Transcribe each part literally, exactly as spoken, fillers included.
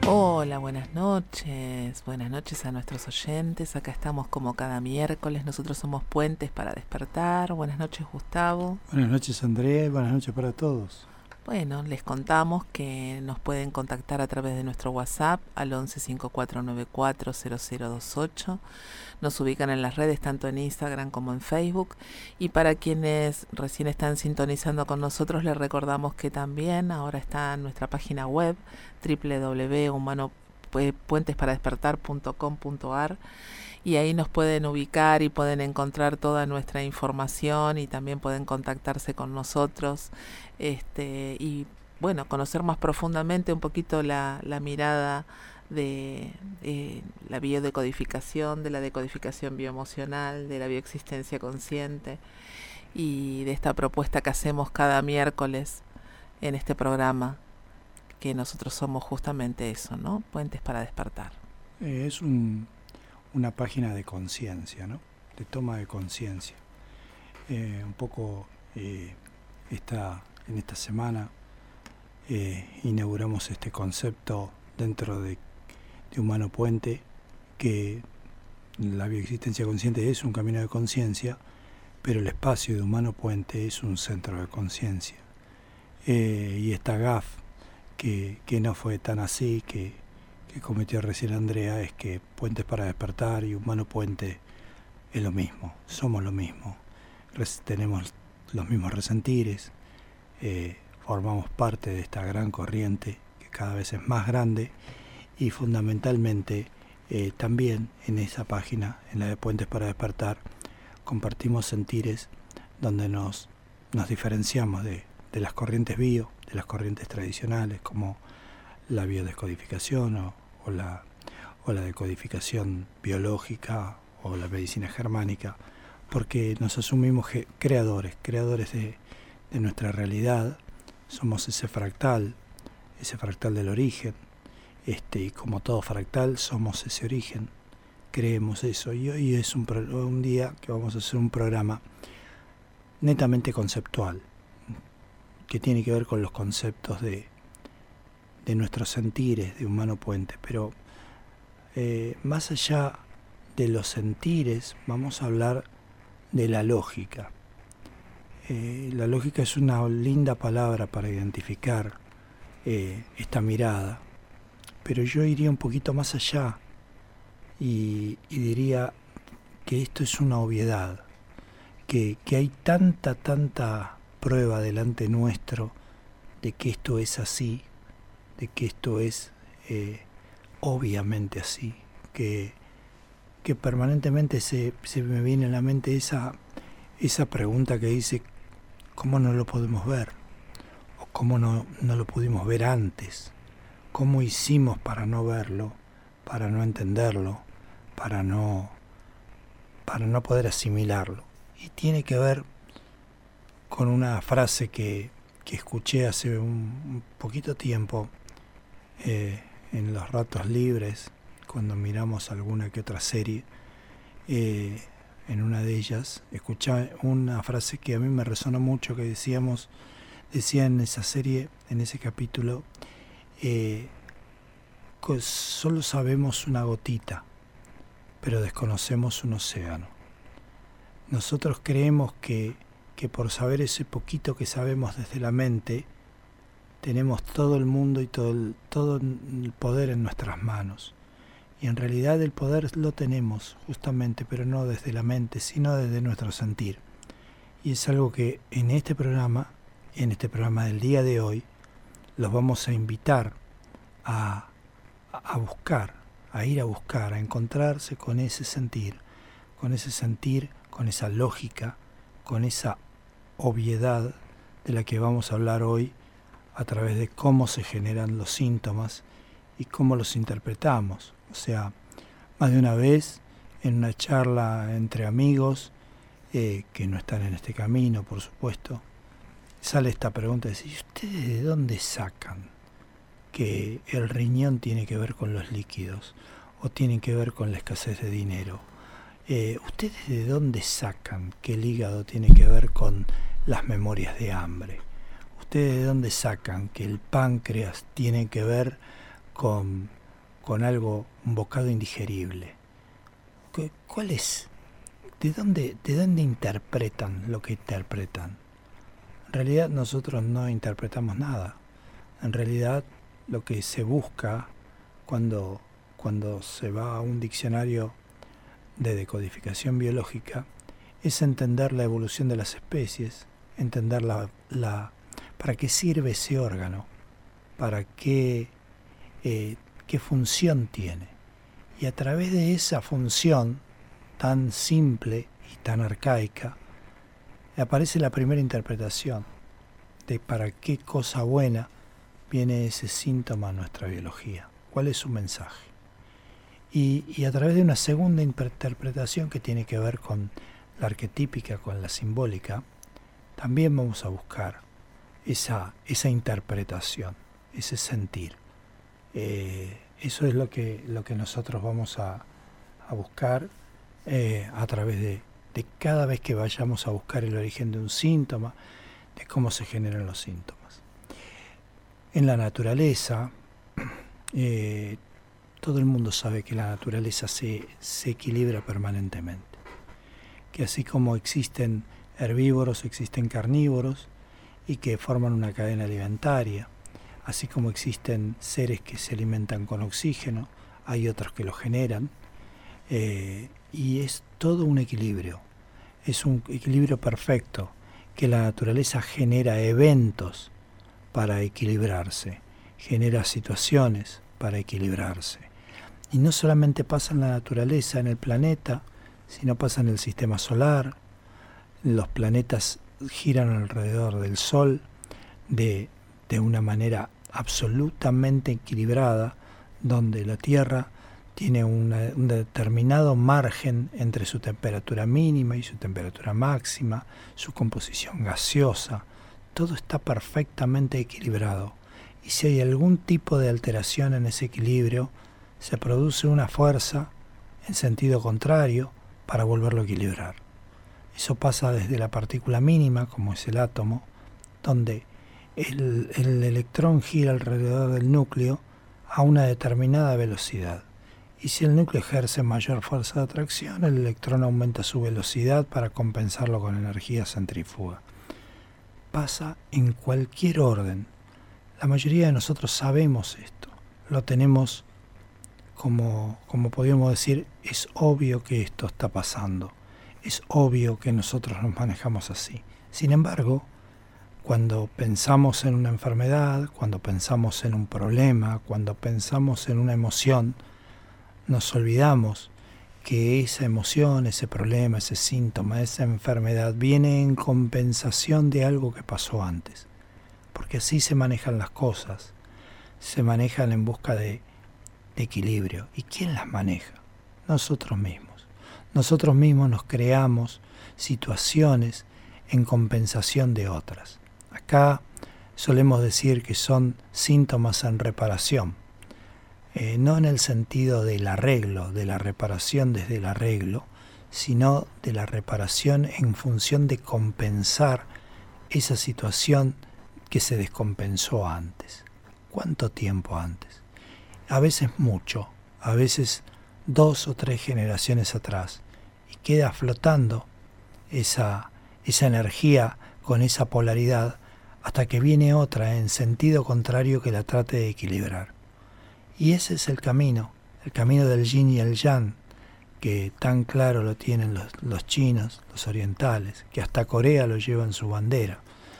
Hola, buenas noches, buenas noches a nuestros oyentes. Acá estamos como cada miércoles, nosotros somos Puentes para Despertar. Buenas noches, Gustavo. Buenas noches, Andrea, y buenas noches para todos. Bueno, les contamos que nos pueden contactar a través de nuestro WhatsApp al once cincuenta y cuatro noventa y cuatro cero cero veintiocho. Nos ubican en las redes tanto en Instagram como en Facebook. Y para quienes recién están sintonizando con nosotros, les recordamos que también ahora está en nuestra página web doble u doble u doble u punto puentes para despertar punto com punto a r, y ahí nos pueden ubicar y pueden encontrar toda nuestra información y también pueden contactarse con nosotros este y bueno, conocer más profundamente un poquito la, la mirada de eh, la biodecodificación, de la decodificación bioemocional, de la bioexistencia consciente y de esta propuesta que hacemos cada miércoles en este programa, que nosotros somos justamente eso, ¿no? Puentes para despertar. Eh, es un, una página de conciencia, ¿no? De toma de conciencia. Eh, un poco eh, esta, en esta semana eh, inauguramos este concepto dentro de, de Humano Puente, que la bioexistencia consciente es un camino de conciencia, pero el espacio de Humano Puente es un centro de conciencia. Eh, y esta G A F, que, que no fue tan así, que, que cometió recién Andrea, es que Puentes para Despertar y Humano Puente es lo mismo, somos lo mismo, Res, tenemos los mismos resentires, eh, formamos parte de esta gran corriente que cada vez es más grande, y fundamentalmente eh, también en esa página, en la de Puentes para Despertar, compartimos sentires donde nos, nos diferenciamos de, de las corrientes bio, de las corrientes tradicionales como la biodescodificación o, o, la, o la decodificación biológica o la medicina germánica, porque nos asumimos que creadores, creadores de, de nuestra realidad, somos ese fractal, ese fractal del origen, este, y como todo fractal somos ese origen, creemos eso, y hoy es un, un día que vamos a hacer un programa netamente conceptual, que tiene que ver con los conceptos de, de nuestros sentires de Humano Puente, pero eh, más allá de los sentires vamos a hablar de la lógica. Eh, la lógica es una linda palabra para identificar eh, esta mirada, pero yo iría un poquito más allá y, y diría que esto es una obviedad, que, que hay tanta, tanta prueba delante nuestro de que esto es así, de que esto es eh, obviamente así, que, que permanentemente se, se me viene a la mente esa, esa pregunta que dice ¿cómo no lo podemos ver? ¿O cómo no, no lo pudimos ver antes? ¿Cómo hicimos para no verlo, para no entenderlo, para no, para no poder asimilarlo? Y tiene que ver con una frase que, que escuché hace un, un poquito tiempo eh, en los ratos libres, cuando miramos alguna que otra serie. Eh, en una de ellas escuché una frase que a mí me resonó mucho, que decíamos, decía en esa serie, en ese capítulo, eh, solo sabemos una gotita, pero desconocemos un océano. Nosotros creemos que que por saber ese poquito que sabemos desde la mente, tenemos todo el mundo y todo el, todo el poder en nuestras manos. Y en realidad el poder lo tenemos justamente, pero no desde la mente, sino desde nuestro sentir. Y es algo que en este programa, en este programa del día de hoy, los vamos a invitar a, a buscar, a ir a buscar, a encontrarse con ese sentir, con ese sentir, con esa lógica, con esa obviedad de la que vamos a hablar hoy, a través de cómo se generan los síntomas y cómo los interpretamos. O sea, más de una vez en una charla entre amigos eh, que no están en este camino, por supuesto, sale esta pregunta de decir, ¿ustedes de dónde sacan que el riñón tiene que ver con los líquidos o tiene que ver con la escasez de dinero? Eh, ¿Ustedes de dónde sacan que el hígado tiene que ver con las memorias de hambre? ¿Ustedes de dónde sacan que el páncreas tiene que ver con, con algo, un bocado indigerible. ¿Cuál es? ¿De dónde, de dónde interpretan lo que interpretan? En realidad nosotros no interpretamos nada. En realidad lo que se busca cuando, cuando se va a un diccionario de decodificación biológica es entender la evolución de las especies, entender la, la, para qué sirve ese órgano, para qué, eh, qué función tiene. Y a través de esa función tan simple y tan arcaica, aparece la primera interpretación de para qué cosa buena viene ese síntoma a nuestra biología, cuál es su mensaje. Y, y a través de una segunda interpretación que tiene que ver con la arquetípica, con la simbólica, también vamos a buscar esa, esa interpretación, ese sentir. Eh, eso es lo que, lo que nosotros vamos a, a buscar eh, a través de, de cada vez que vayamos a buscar el origen de un síntoma, de cómo se generan los síntomas. En la naturaleza, eh, todo el mundo sabe que la naturaleza se, se equilibra permanentemente, que así como existen herbívoros, existen carnívoros y que forman una cadena alimentaria, así como existen seres que se alimentan con oxígeno, hay otros que lo generan, eh, y es todo un equilibrio, es un equilibrio perfecto, que la naturaleza genera eventos para equilibrarse, genera situaciones para equilibrarse. Y no solamente pasa en la naturaleza, en el planeta, sino pasa en el sistema solar. Los planetas giran alrededor del Sol de, de una manera absolutamente equilibrada, donde la Tierra tiene una, un determinado margen entre su temperatura mínima y su temperatura máxima, su composición gaseosa. Todo está perfectamente equilibrado. Y si hay algún tipo de alteración en ese equilibrio, se produce una fuerza en sentido contrario para volverlo a equilibrar. Eso pasa desde la partícula mínima, como es el átomo, donde el, el electrón gira alrededor del núcleo a una determinada velocidad. Y si el núcleo ejerce mayor fuerza de atracción, el electrón aumenta su velocidad para compensarlo con energía centrífuga. Pasa en cualquier orden. La mayoría de nosotros sabemos esto. Lo tenemos como, como podríamos decir, es obvio que esto está pasando. Es obvio que nosotros nos manejamos así. Sin embargo, cuando pensamos en una enfermedad, cuando pensamos en un problema, cuando pensamos en una emoción, nos olvidamos que esa emoción, ese problema, ese síntoma, esa enfermedad viene en compensación de algo que pasó antes. Porque así se manejan las cosas, se manejan en busca de, de equilibrio. ¿Y quién las maneja? Nosotros mismos. Nosotros mismos nos creamos situaciones en compensación de otras. Acá solemos decir que son síntomas en reparación. Eh, no en el sentido del arreglo, de la reparación desde el arreglo, sino de la reparación en función de compensar esa situación que se descompensó antes. ¿Cuánto tiempo antes? A veces mucho, a veces dos o tres generaciones atrás, y queda flotando esa, esa energía con esa polaridad hasta que viene otra en sentido contrario que la trate de equilibrar. Y ese es el camino, el camino del yin y el yang, que tan claro lo tienen los, los chinos, los orientales, que hasta Corea lo lleva en su bandera.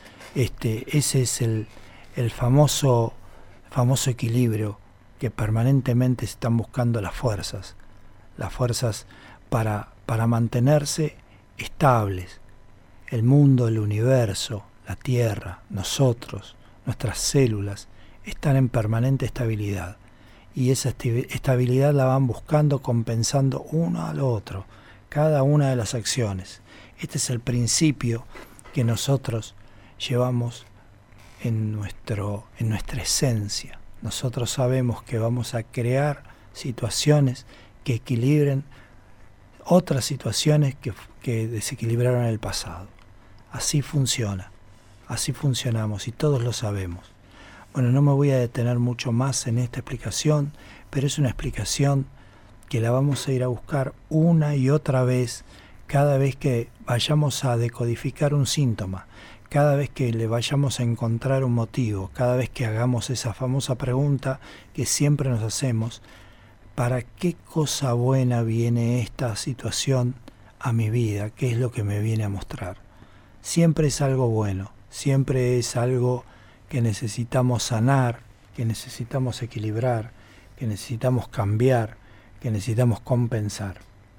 Este, ese es el, el famoso, famoso equilibrio que permanentemente están buscando las fuerzas, las fuerzas para, para mantenerse estables. El mundo, el universo, la Tierra, nosotros, nuestras células, están en permanente estabilidad. Y esa estabilidad la van buscando compensando uno al otro, cada una de las acciones. Este es el principio que nosotros llevamos en, nuestro, en nuestra esencia. Nosotros sabemos que vamos a crear situaciones que equilibren otras situaciones que, que desequilibraron en el pasado. Así funciona, así funcionamos y todos lo sabemos. Bueno, no me voy a detener mucho más en esta explicación, pero es una explicación que la vamos a ir a buscar una y otra vez cada vez que vayamos a decodificar un síntoma, cada vez que le vayamos a encontrar un motivo, cada vez que hagamos esa famosa pregunta que siempre nos hacemos: ¿para qué cosa buena viene esta situación a mi vida? ¿Qué es lo que me viene a mostrar? Siempre es algo bueno, siempre es algo que necesitamos sanar, que necesitamos equilibrar, que necesitamos cambiar, que necesitamos compensar.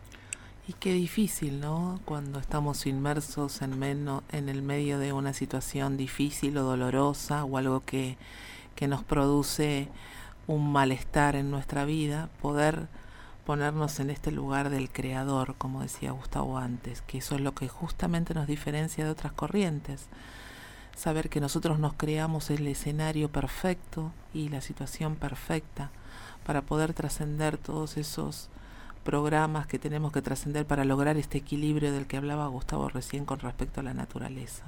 Y qué difícil, ¿no? Cuando estamos inmersos en, menos, en el medio de una situación difícil o dolorosa o algo que, que nos produce un malestar en nuestra vida, poder ponernos en este lugar del creador, como decía Gustavo antes, que eso es lo que justamente nos diferencia de otras corrientes. Saber que nosotros nos creamos el escenario perfecto y la situación perfecta para poder trascender todos esos programas que tenemos que trascender para lograr este equilibrio del que hablaba Gustavo recién con respecto a la naturaleza.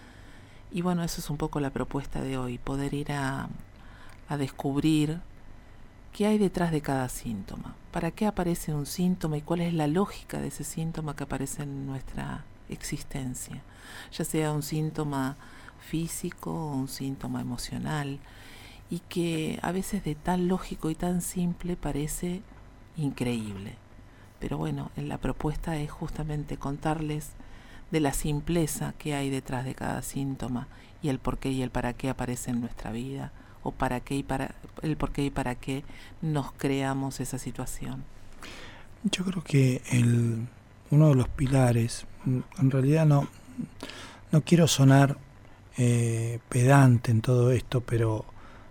Y bueno, eso es un poco la propuesta de hoy, poder ir a, a descubrir qué hay detrás de cada síntoma, para qué aparece un síntoma y cuál es la lógica de ese síntoma que aparece en nuestra existencia, ya sea un síntoma físico o un síntoma emocional, y que a veces de tan lógico y tan simple parece increíble. Pero bueno, en la propuesta es justamente contarles de la simpleza que hay detrás de cada síntoma y el por qué y el para qué aparece en nuestra vida, o para qué y para el por qué y para qué nos creamos esa situación. Yo creo que el, uno de los pilares, en realidad no, no quiero sonar eh, pedante en todo esto, pero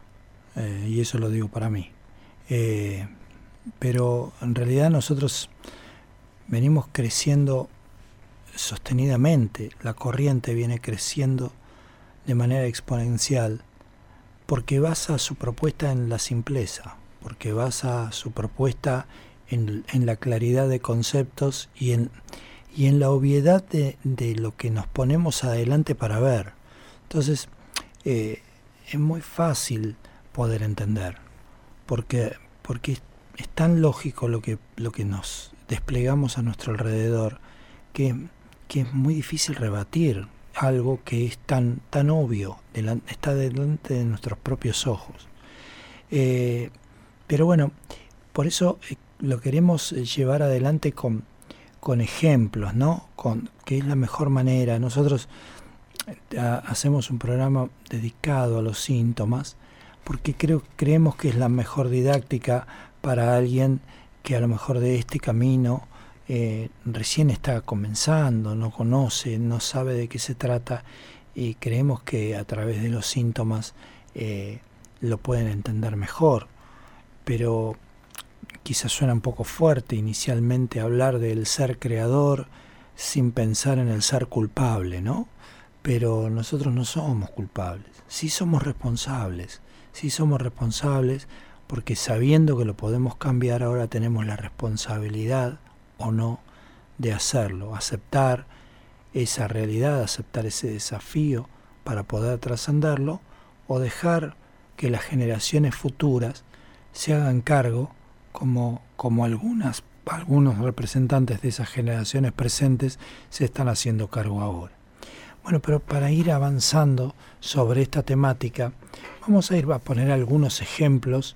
eh, y eso lo digo para mí. Eh, pero en realidad nosotros venimos creciendo sostenidamente, la corriente viene creciendo de manera exponencial, porque basa su propuesta en la simpleza, porque basa su propuesta en, en la claridad de conceptos y en, y en la obviedad de, de lo que nos ponemos adelante para ver. Entonces, eh, es muy fácil poder entender, porque, porque es, es tan lógico lo que, lo que nos desplegamos a nuestro alrededor, que, que es muy difícil rebatir algo que es tan, tan obvio, delante, está delante de nuestros propios ojos. Eh, pero bueno, por eso eh, lo queremos llevar adelante con, con ejemplos, ¿no? Con, que es la mejor manera. Nosotros eh, hacemos un programa dedicado a los síntomas, porque creo, creemos que es la mejor didáctica para alguien que a lo mejor de este camino Eh, recién está comenzando, no conoce, no sabe de qué se trata, y creemos que a través de los síntomas eh, lo pueden entender mejor. Pero quizás suena un poco fuerte inicialmente hablar del ser creador sin pensar en el ser culpable, ¿no? Pero nosotros no somos culpables, sí somos responsables, sí somos responsables porque sabiendo que lo podemos cambiar, ahora tenemos la responsabilidad o no de hacerlo, aceptar esa realidad, aceptar ese desafío para poder trascenderlo, o dejar que las generaciones futuras se hagan cargo, como, como algunas, algunos representantes de esas generaciones presentes se están haciendo cargo ahora. Bueno, pero para ir avanzando sobre esta temática, vamos a ir a poner algunos ejemplos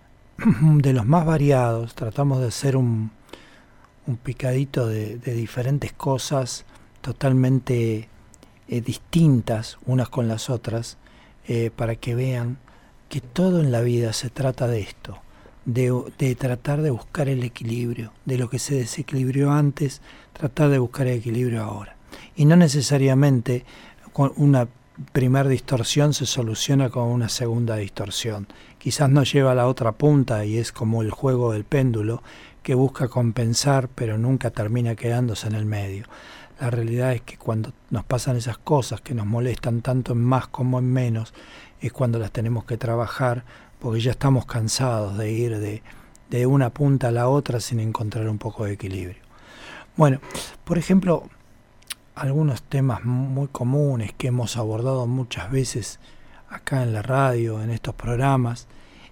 de los más variados. Tratamos de hacer un un picadito de, de diferentes cosas totalmente eh, distintas unas con las otras, eh, para que vean que todo en la vida se trata de esto, de, de tratar de buscar el equilibrio, de lo que se desequilibrió antes, tratar de buscar el equilibrio ahora. Y no necesariamente con una primer distorsión se soluciona con una segunda distorsión. Quizás no lleva a la otra punta y es como el juego del péndulo, que busca compensar pero nunca termina quedándose en el medio. La realidad es que cuando nos pasan esas cosas que nos molestan tanto en más como en menos, es cuando las tenemos que trabajar, porque ya estamos cansados de ir de, de una punta a la otra sin encontrar un poco de equilibrio. Bueno, por ejemplo, algunos temas muy comunes que hemos abordado muchas veces acá en la radio, en estos programas,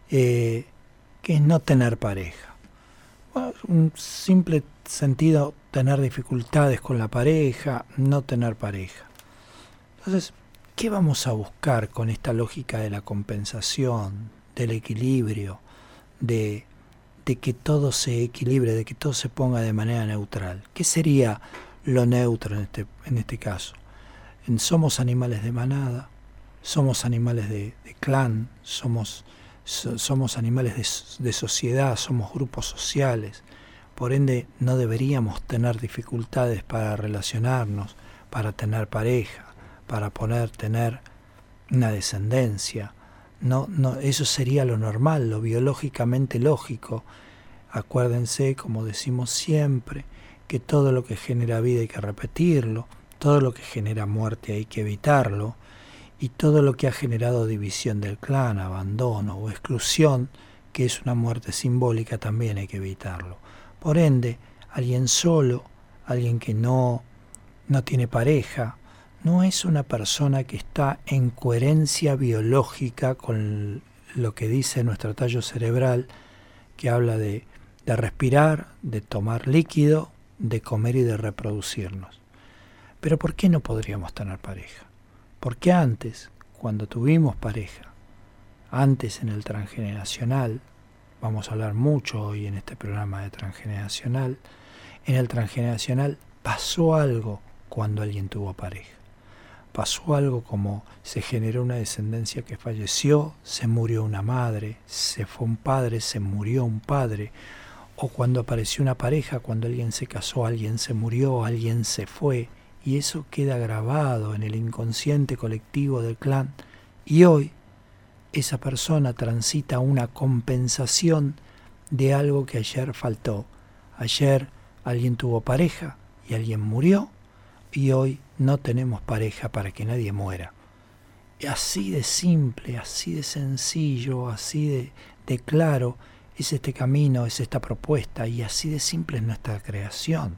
eh, que es no tener pareja. Bueno, un simple sentido, tener dificultades con la pareja, no tener pareja. Entonces, ¿qué vamos a buscar con esta lógica de la compensación, del equilibrio, de, de que todo se equilibre, de que todo se ponga de manera neutral? ¿Qué sería lo neutro en este, en este caso? Somos animales de manada, somos animales de, de clan, somos, so, somos animales de, de sociedad, somos grupos sociales. Por ende, no deberíamos tener dificultades para relacionarnos, para tener pareja, para poder tener una descendencia. No, no, eso sería lo normal, lo biológicamente lógico. Acuérdense, como decimos siempre, que todo lo que genera vida hay que repetirlo, todo lo que genera muerte hay que evitarlo, y todo lo que ha generado división del clan, abandono o exclusión, que es una muerte simbólica, también hay que evitarlo. Por ende, alguien solo, alguien que no, no tiene pareja, no es una persona que está en coherencia biológica con lo que dice nuestro tallo cerebral, que habla de, de respirar, de tomar líquido, de comer y de reproducirnos. Pero ¿por qué no podríamos tener pareja? Porque antes, cuando tuvimos pareja, antes en el transgeneracional, vamos a hablar mucho hoy en este programa de transgeneracional, en el transgeneracional pasó algo cuando alguien tuvo pareja. Pasó algo como se generó una descendencia que falleció, se murió una madre, se fue un padre, se murió un padre, o cuando apareció una pareja, cuando alguien se casó, alguien se murió, alguien se fue, y eso queda grabado en el inconsciente colectivo del clan, y hoy esa persona transita una compensación de algo que ayer faltó. Ayer alguien tuvo pareja y alguien murió, y hoy no tenemos pareja para que nadie muera. Así de simple, así de sencillo, así de, de claro es este camino, es esta propuesta, y así de simple es nuestra creación.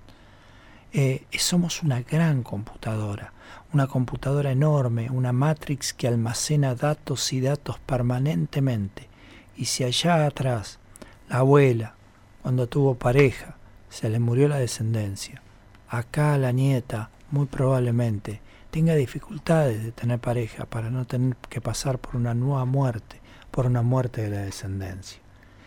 Eh, somos una gran computadora, una computadora enorme, una matrix que almacena datos y datos permanentemente. Y si allá atrás, la abuela, cuando tuvo pareja, se le murió la descendencia, acá la nieta, muy probablemente, tenga dificultades de tener pareja para no tener que pasar por una nueva muerte, por una muerte de la descendencia.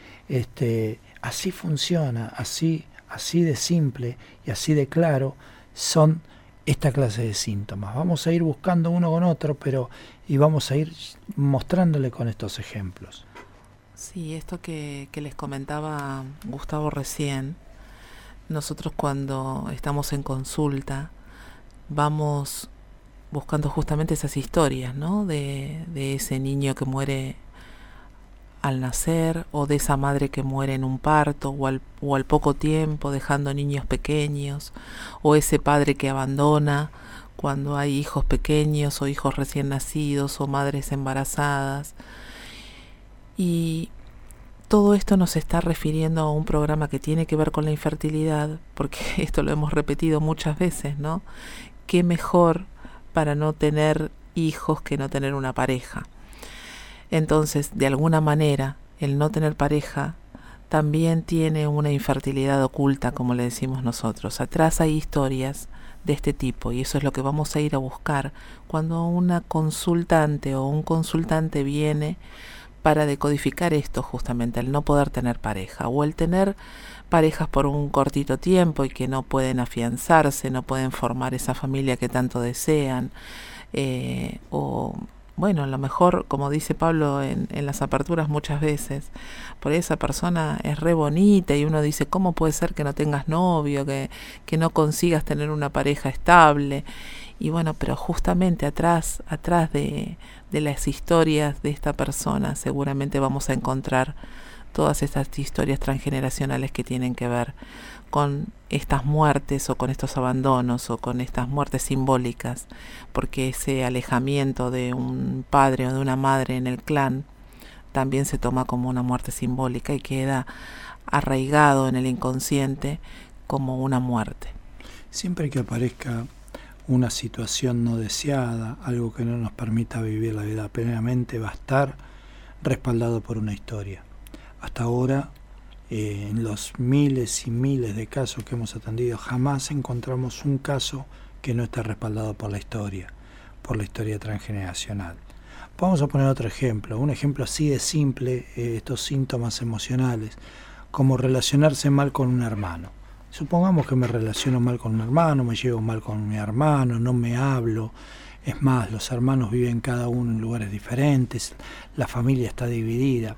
Este, así funciona, así, así de simple y así de claro son esta clase de síntomas. Vamos a ir buscando uno con otro, pero y vamos a ir mostrándole con estos ejemplos. Sí, esto que, que les comentaba Gustavo recién, nosotros cuando estamos en consulta vamos buscando justamente esas historias, ¿no? De, de ese niño que muere al nacer, o de esa madre que muere en un parto, o al, o al poco tiempo dejando niños pequeños, o ese padre que abandona cuando hay hijos pequeños o hijos recién nacidos o madres embarazadas. Y todo esto nos está refiriendo a un programa que tiene que ver con la infertilidad, porque esto lo hemos repetido muchas veces, ¿no? Qué mejor para no tener hijos que no tener una pareja. Entonces, de alguna manera, el no tener pareja también tiene una infertilidad oculta, como le decimos nosotros. Atrás hay historias de este tipo, y eso es lo que vamos a ir a buscar cuando una consultante o un consultante viene para decodificar esto, justamente, el no poder tener pareja, o el tener parejas por un cortito tiempo y que no pueden afianzarse, no pueden formar esa familia que tanto desean, eh, o bueno, a lo mejor, como dice Pablo en, en las aperturas muchas veces, por ahí esa persona es re bonita y uno dice, ¿cómo puede ser que no tengas novio, que, que no consigas tener una pareja estable? Y bueno, pero justamente atrás, atrás de, de las historias de esta persona seguramente vamos a encontrar todas estas historias transgeneracionales que tienen que ver con estas muertes o con estos abandonos o con estas muertes simbólicas, porque ese alejamiento de un padre o de una madre en el clan también se toma como una muerte simbólica y queda arraigado en el inconsciente como una muerte. Siempre que aparezca una situación no deseada, algo que no nos permita vivir la vida plenamente, va a estar respaldado por una historia. Hasta ahora, eh, en los miles y miles de casos que hemos atendido, jamás encontramos un caso que no esté respaldado por la historia, por la historia transgeneracional. Vamos a poner otro ejemplo, un ejemplo así de simple, eh, estos síntomas emocionales, como relacionarse mal con un hermano. Supongamos que me relaciono mal con un hermano, me llevo mal con mi hermano, no me hablo. Es más, los hermanos viven cada uno en lugares diferentes, la familia está dividida.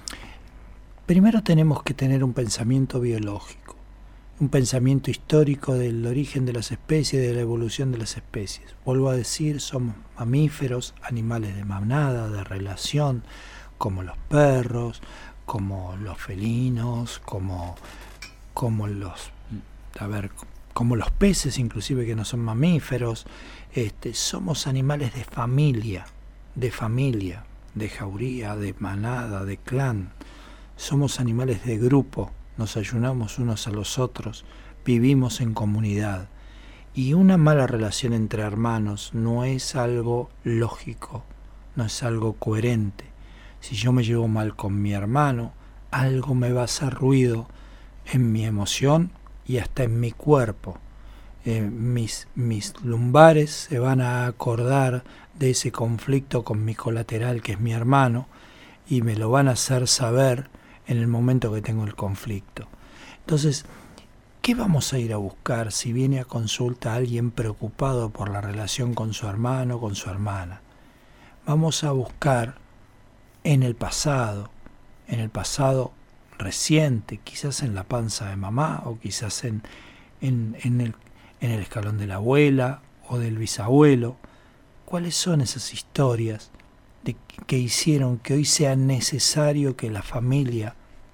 Primero tenemos que tener un pensamiento biológico, un pensamiento histórico del origen de las especies, de la evolución de las especies. Vuelvo a decir, somos mamíferos, animales de manada, de relación, como los perros, como los felinos, como, como los, a ver, como los peces, inclusive, que no son mamíferos. Este, somos animales de familia, de familia, de jauría, de manada, de clan. Somos animales de grupo, nos ayudamos unos a los otros, vivimos en comunidad. Y una mala relación entre hermanos no es algo lógico, no es algo coherente. Si yo me llevo mal con mi hermano, algo me va a hacer ruido en mi emoción y hasta en mi cuerpo. Eh, mis, mis lumbares se van a acordar de ese conflicto con mi colateral, que es mi hermano, y me lo van a hacer saber en el momento que tengo el conflicto. Entonces, ¿qué vamos a ir a buscar si viene a consulta alguien preocupado por la relación con su hermano o con su hermana? Vamos a buscar en el pasado, en el pasado reciente, quizás en la panza de mamá o quizás en, en, en, el, en el escalón de la abuela o del bisabuelo. ¿Cuáles son esas historias de que hicieron que hoy sea necesario que la familia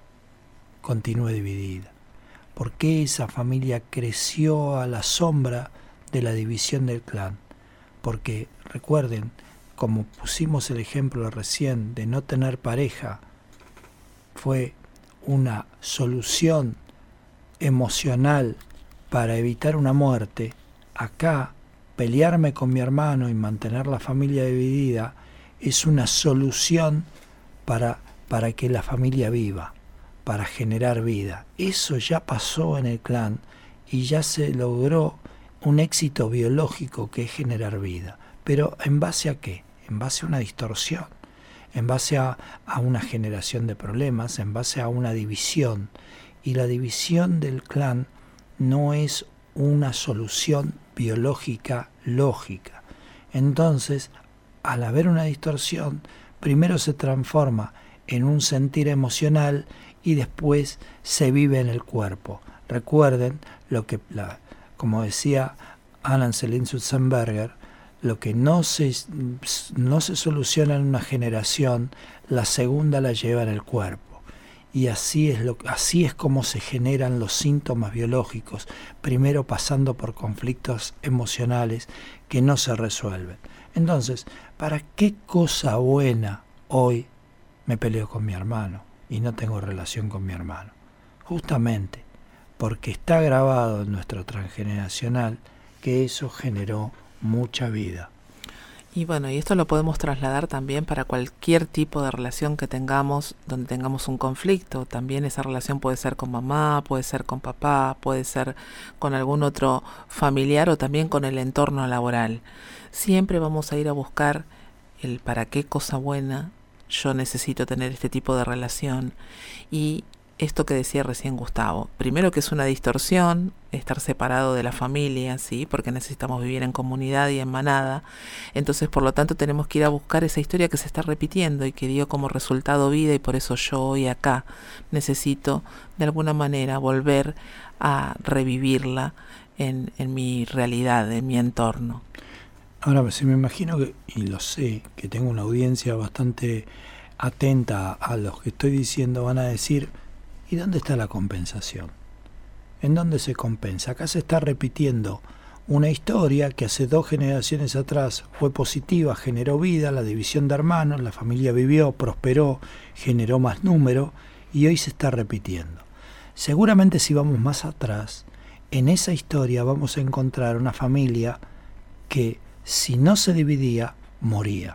continúe dividida? ¿Por qué esa familia creció a la sombra de la división del clan? Porque, recuerden, como pusimos el ejemplo recién de no tener pareja, fue una solución emocional para evitar una muerte. Acá, pelearme con mi hermano y mantener la familia dividida es una solución para, para que la familia viva, para generar vida. Eso ya pasó en el clan y ya se logró un éxito biológico, que es generar vida. Pero ¿en base a qué? En base a una distorsión, en base a, a una generación de problemas, en base a una división. Y la división del clan no es una solución biológica lógica. Entonces, al haber una distorsión, primero se transforma en un sentir emocional y después se vive en el cuerpo. Recuerden lo que, la, como decía Alan Selin Sutzenberger, lo que no se, no se soluciona en una generación, la segunda la lleva en el cuerpo. Y así es, lo, así es como se generan los síntomas biológicos, primero pasando por conflictos emocionales que no se resuelven. Entonces, ¿para qué cosa buena hoy me peleo con mi hermano y no tengo relación con mi hermano? Justamente porque está grabado en nuestro transgeneracional que eso generó mucha vida. Y bueno, y esto lo podemos trasladar también para cualquier tipo de relación que tengamos, donde tengamos un conflicto. También esa relación puede ser con mamá, puede ser con papá, puede ser con algún otro familiar o también con el entorno laboral. Siempre vamos a ir a buscar el para qué cosa buena yo necesito tener este tipo de relación. Y esto que decía recién Gustavo, primero que es una distorsión estar separado de la familia, ¿sí? Porque necesitamos vivir en comunidad y en manada. Entonces, por lo tanto, tenemos que ir a buscar esa historia que se está repitiendo y que dio como resultado vida, y por eso yo hoy acá necesito de alguna manera volver a revivirla en, en mi realidad, en mi entorno. Ahora, si me imagino que, y lo sé, que tengo una audiencia bastante atenta a lo que estoy diciendo, van a decir: ¿y dónde está la compensación? ¿En dónde se compensa? Acá se está repitiendo una historia que hace dos generaciones atrás fue positiva, generó vida, la división de hermanos, la familia vivió, prosperó, generó más número, y hoy se está repitiendo. Seguramente si vamos más atrás, en esa historia vamos a encontrar una familia que si no se dividía, moría.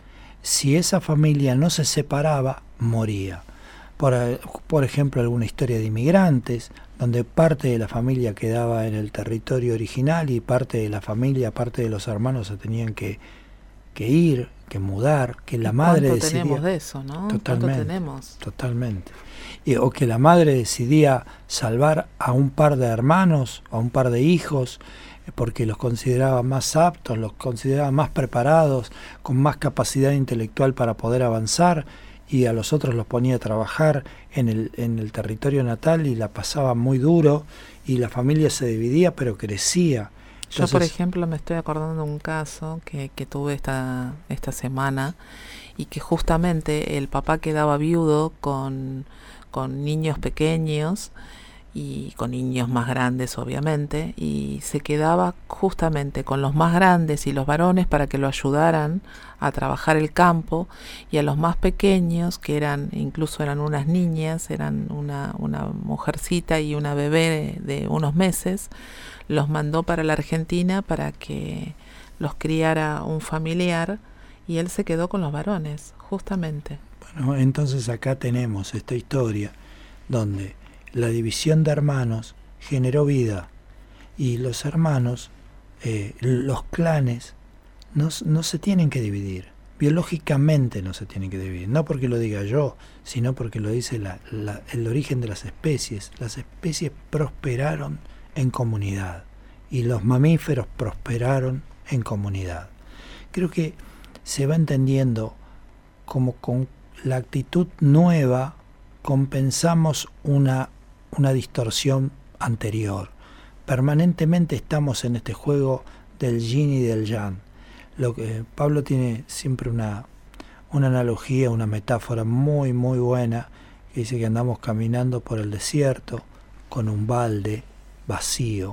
Si esa familia no se separaba, moría. Por, por ejemplo, alguna historia de inmigrantes, donde parte de la familia quedaba en el territorio original y parte de la familia, parte de los hermanos se tenían que, que ir, que mudar, que la madre ¿Cuánto decidía... tenemos de eso, no? Totalmente, ¿Cuánto tenemos? Totalmente. Y, o que la madre decidía salvar a un par de hermanos, a un par de hijos, porque los consideraba más aptos, los consideraba más preparados, con más capacidad intelectual para poder avanzar, y a los otros los ponía a trabajar en el, en el territorio natal y la pasaba muy duro, y la familia se dividía, pero crecía. Entonces, yo, por ejemplo, me estoy acordando de un caso que, que tuve esta, esta semana, y que justamente el papá quedaba viudo con, con niños pequeños, y con niños más grandes obviamente, y se quedaba justamente con los más grandes y los varones para que lo ayudaran a trabajar el campo, y a los más pequeños, que eran incluso eran unas niñas, eran una, una mujercita y una bebé de, de unos meses, los mandó para la Argentina para que los criara un familiar, y él se quedó con los varones, justamente. Bueno, entonces acá tenemos esta historia donde la división de hermanos generó vida, y los hermanos, eh, los clanes, no, no se tienen que dividir. Biológicamente no se tienen que dividir, no porque lo diga yo, sino porque lo dice la, la, el origen de las especies. Las especies prosperaron en comunidad, y los mamíferos prosperaron en comunidad. Creo que se va entendiendo como con la actitud nueva compensamos una una distorsión anterior. Permanentemente estamos en este juego del yin y del yang. Lo que Pablo tiene siempre una, una analogía, una metáfora muy muy buena, que dice que andamos caminando por el desierto con un balde vacío,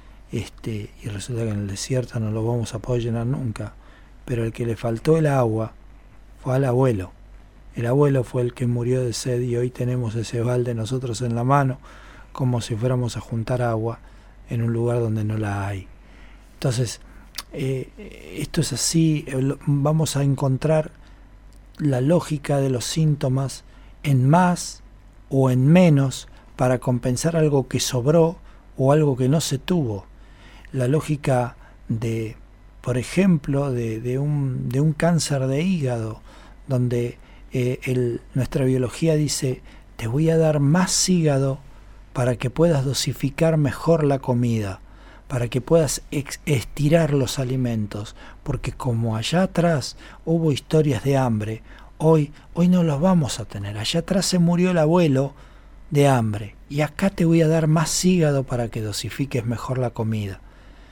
este, y resulta que en el desierto no lo vamos a poder llenar nunca, pero el que le faltó el agua fue al abuelo. El abuelo fue el que murió de sed, y hoy tenemos ese balde nosotros en la mano, como si fuéramos a juntar agua en un lugar donde no la hay. Entonces, eh, esto es así. Vamos a encontrar la lógica de los síntomas en más o en menos para compensar algo que sobró o algo que no se tuvo. La lógica de, por ejemplo, de, de, un, de un cáncer de hígado, donde Eh, el, nuestra biología dice, te voy a dar más hígado para que puedas dosificar mejor la comida, para que puedas ex- estirar los alimentos, porque como allá atrás hubo historias de hambre, hoy, hoy no los vamos a tener. Allá atrás se murió el abuelo de hambre, y acá te voy a dar más hígado para que dosifiques mejor la comida.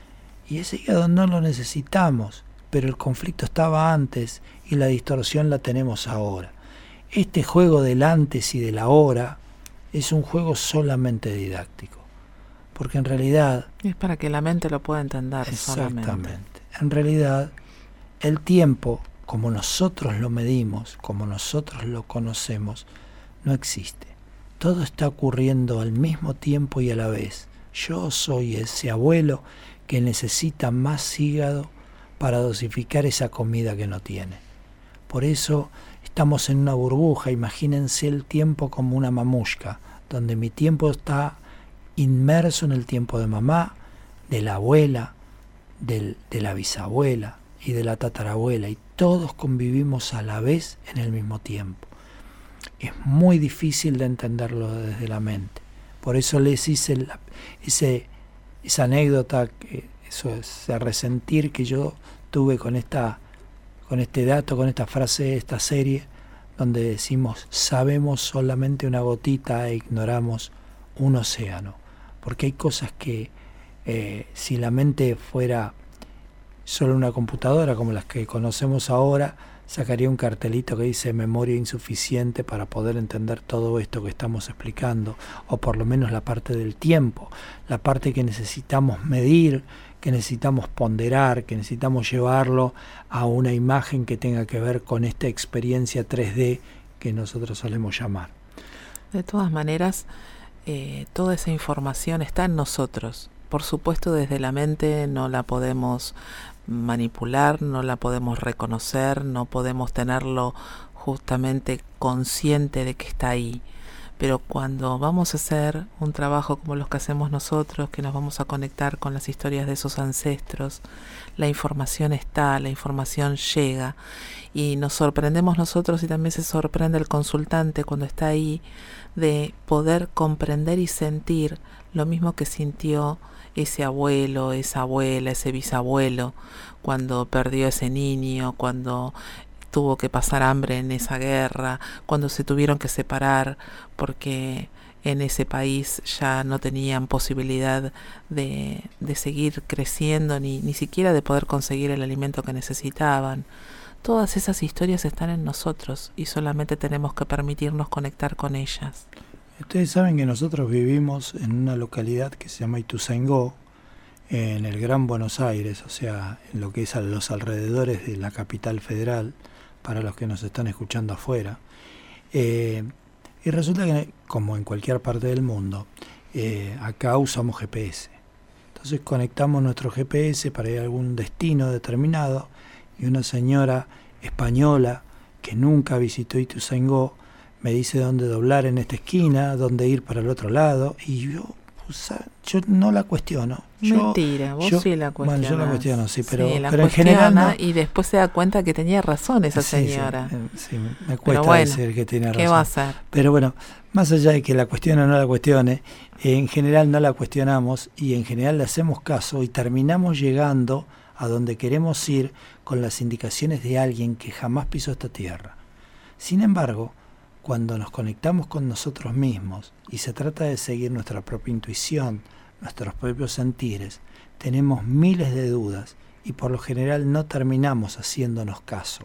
Y ese hígado no lo necesitamos, pero el conflicto estaba antes y la distorsión la tenemos ahora. Este juego del antes y del ahora es un juego solamente didáctico, porque en realidad... Es para que la mente lo pueda entender. Exactamente. Solamente. En realidad, el tiempo, como nosotros lo medimos, como nosotros lo conocemos, no existe. Todo está ocurriendo al mismo tiempo y a la vez. Yo soy ese abuelo que necesita más hígado para dosificar esa comida que no tiene. Por eso estamos en una burbuja. Imagínense el tiempo como una mamushka, donde mi tiempo está inmerso en el tiempo de mamá, de la abuela, del, de la bisabuela y de la tatarabuela, y todos convivimos a la vez en el mismo tiempo. Es muy difícil de entenderlo desde la mente. Por eso les hice la, ese, esa anécdota, que eso es el resentir que yo tuve con esta con este dato, con esta frase de esta serie, donde decimos sabemos solamente una gotita e ignoramos un océano, porque hay cosas que eh, si la mente fuera solo una computadora como las que conocemos ahora, sacaría un cartelito que dice memoria insuficiente para poder entender todo esto que estamos explicando, o por lo menos la parte del tiempo, la parte que necesitamos medir, que necesitamos ponderar, que necesitamos llevarlo a una imagen que tenga que ver con esta experiencia tres D que nosotros solemos llamar. De todas maneras, eh, toda esa información está en nosotros. por supuesto desde la mente no la podemos manipular, no la podemos reconocer, no podemos tenerlo justamente consciente de que está ahí. Pero cuando vamos a hacer un trabajo como los que hacemos nosotros, que nos vamos a conectar con las historias de esos ancestros, la información está, la información llega y nos sorprendemos nosotros y también se sorprende el consultante cuando está ahí de poder comprender y sentir lo mismo que sintió ese abuelo, esa abuela, ese bisabuelo cuando perdió ese niño, cuando tuvo que pasar hambre en esa guerra, cuando se tuvieron que separar porque en ese país ya no tenían posibilidad de, de seguir creciendo ni, ni siquiera de poder conseguir el alimento que necesitaban. Todas esas historias están en nosotros y solamente tenemos que permitirnos conectar con ellas. Ustedes saben que nosotros vivimos en una localidad que se llama Ituzaingó, en el Gran Buenos Aires, o sea, en lo que es a los alrededores de la capital federal, para los que nos están escuchando afuera. Eh, y resulta que, como en cualquier parte del mundo, eh, acá usamos G P S. Entonces conectamos nuestro G P S para ir a algún destino determinado y una señora española que nunca visitó Ituzaingó me dice dónde doblar en esta esquina, dónde ir para el otro lado, y yo, pues, yo no la cuestiono. Yo, Mentira, vos yo, sí la cuestionas. Bueno, yo la cuestiono, sí, pero, sí, la pero en general no. Y después se da cuenta que tenía razón esa sí, señora. Sí, sí, me cuesta bueno, decir que tiene razón. ¿Qué va a hacer? Pero bueno, más allá de que la cuestione o no la cuestione, en general no la cuestionamos y en general le hacemos caso y terminamos llegando a donde queremos ir con las indicaciones de alguien que jamás pisó esta tierra. Sin embargo, cuando nos conectamos con nosotros mismos y se trata de seguir nuestra propia intuición, nuestros propios sentires, tenemos miles de dudas y por lo general no terminamos haciéndonos caso.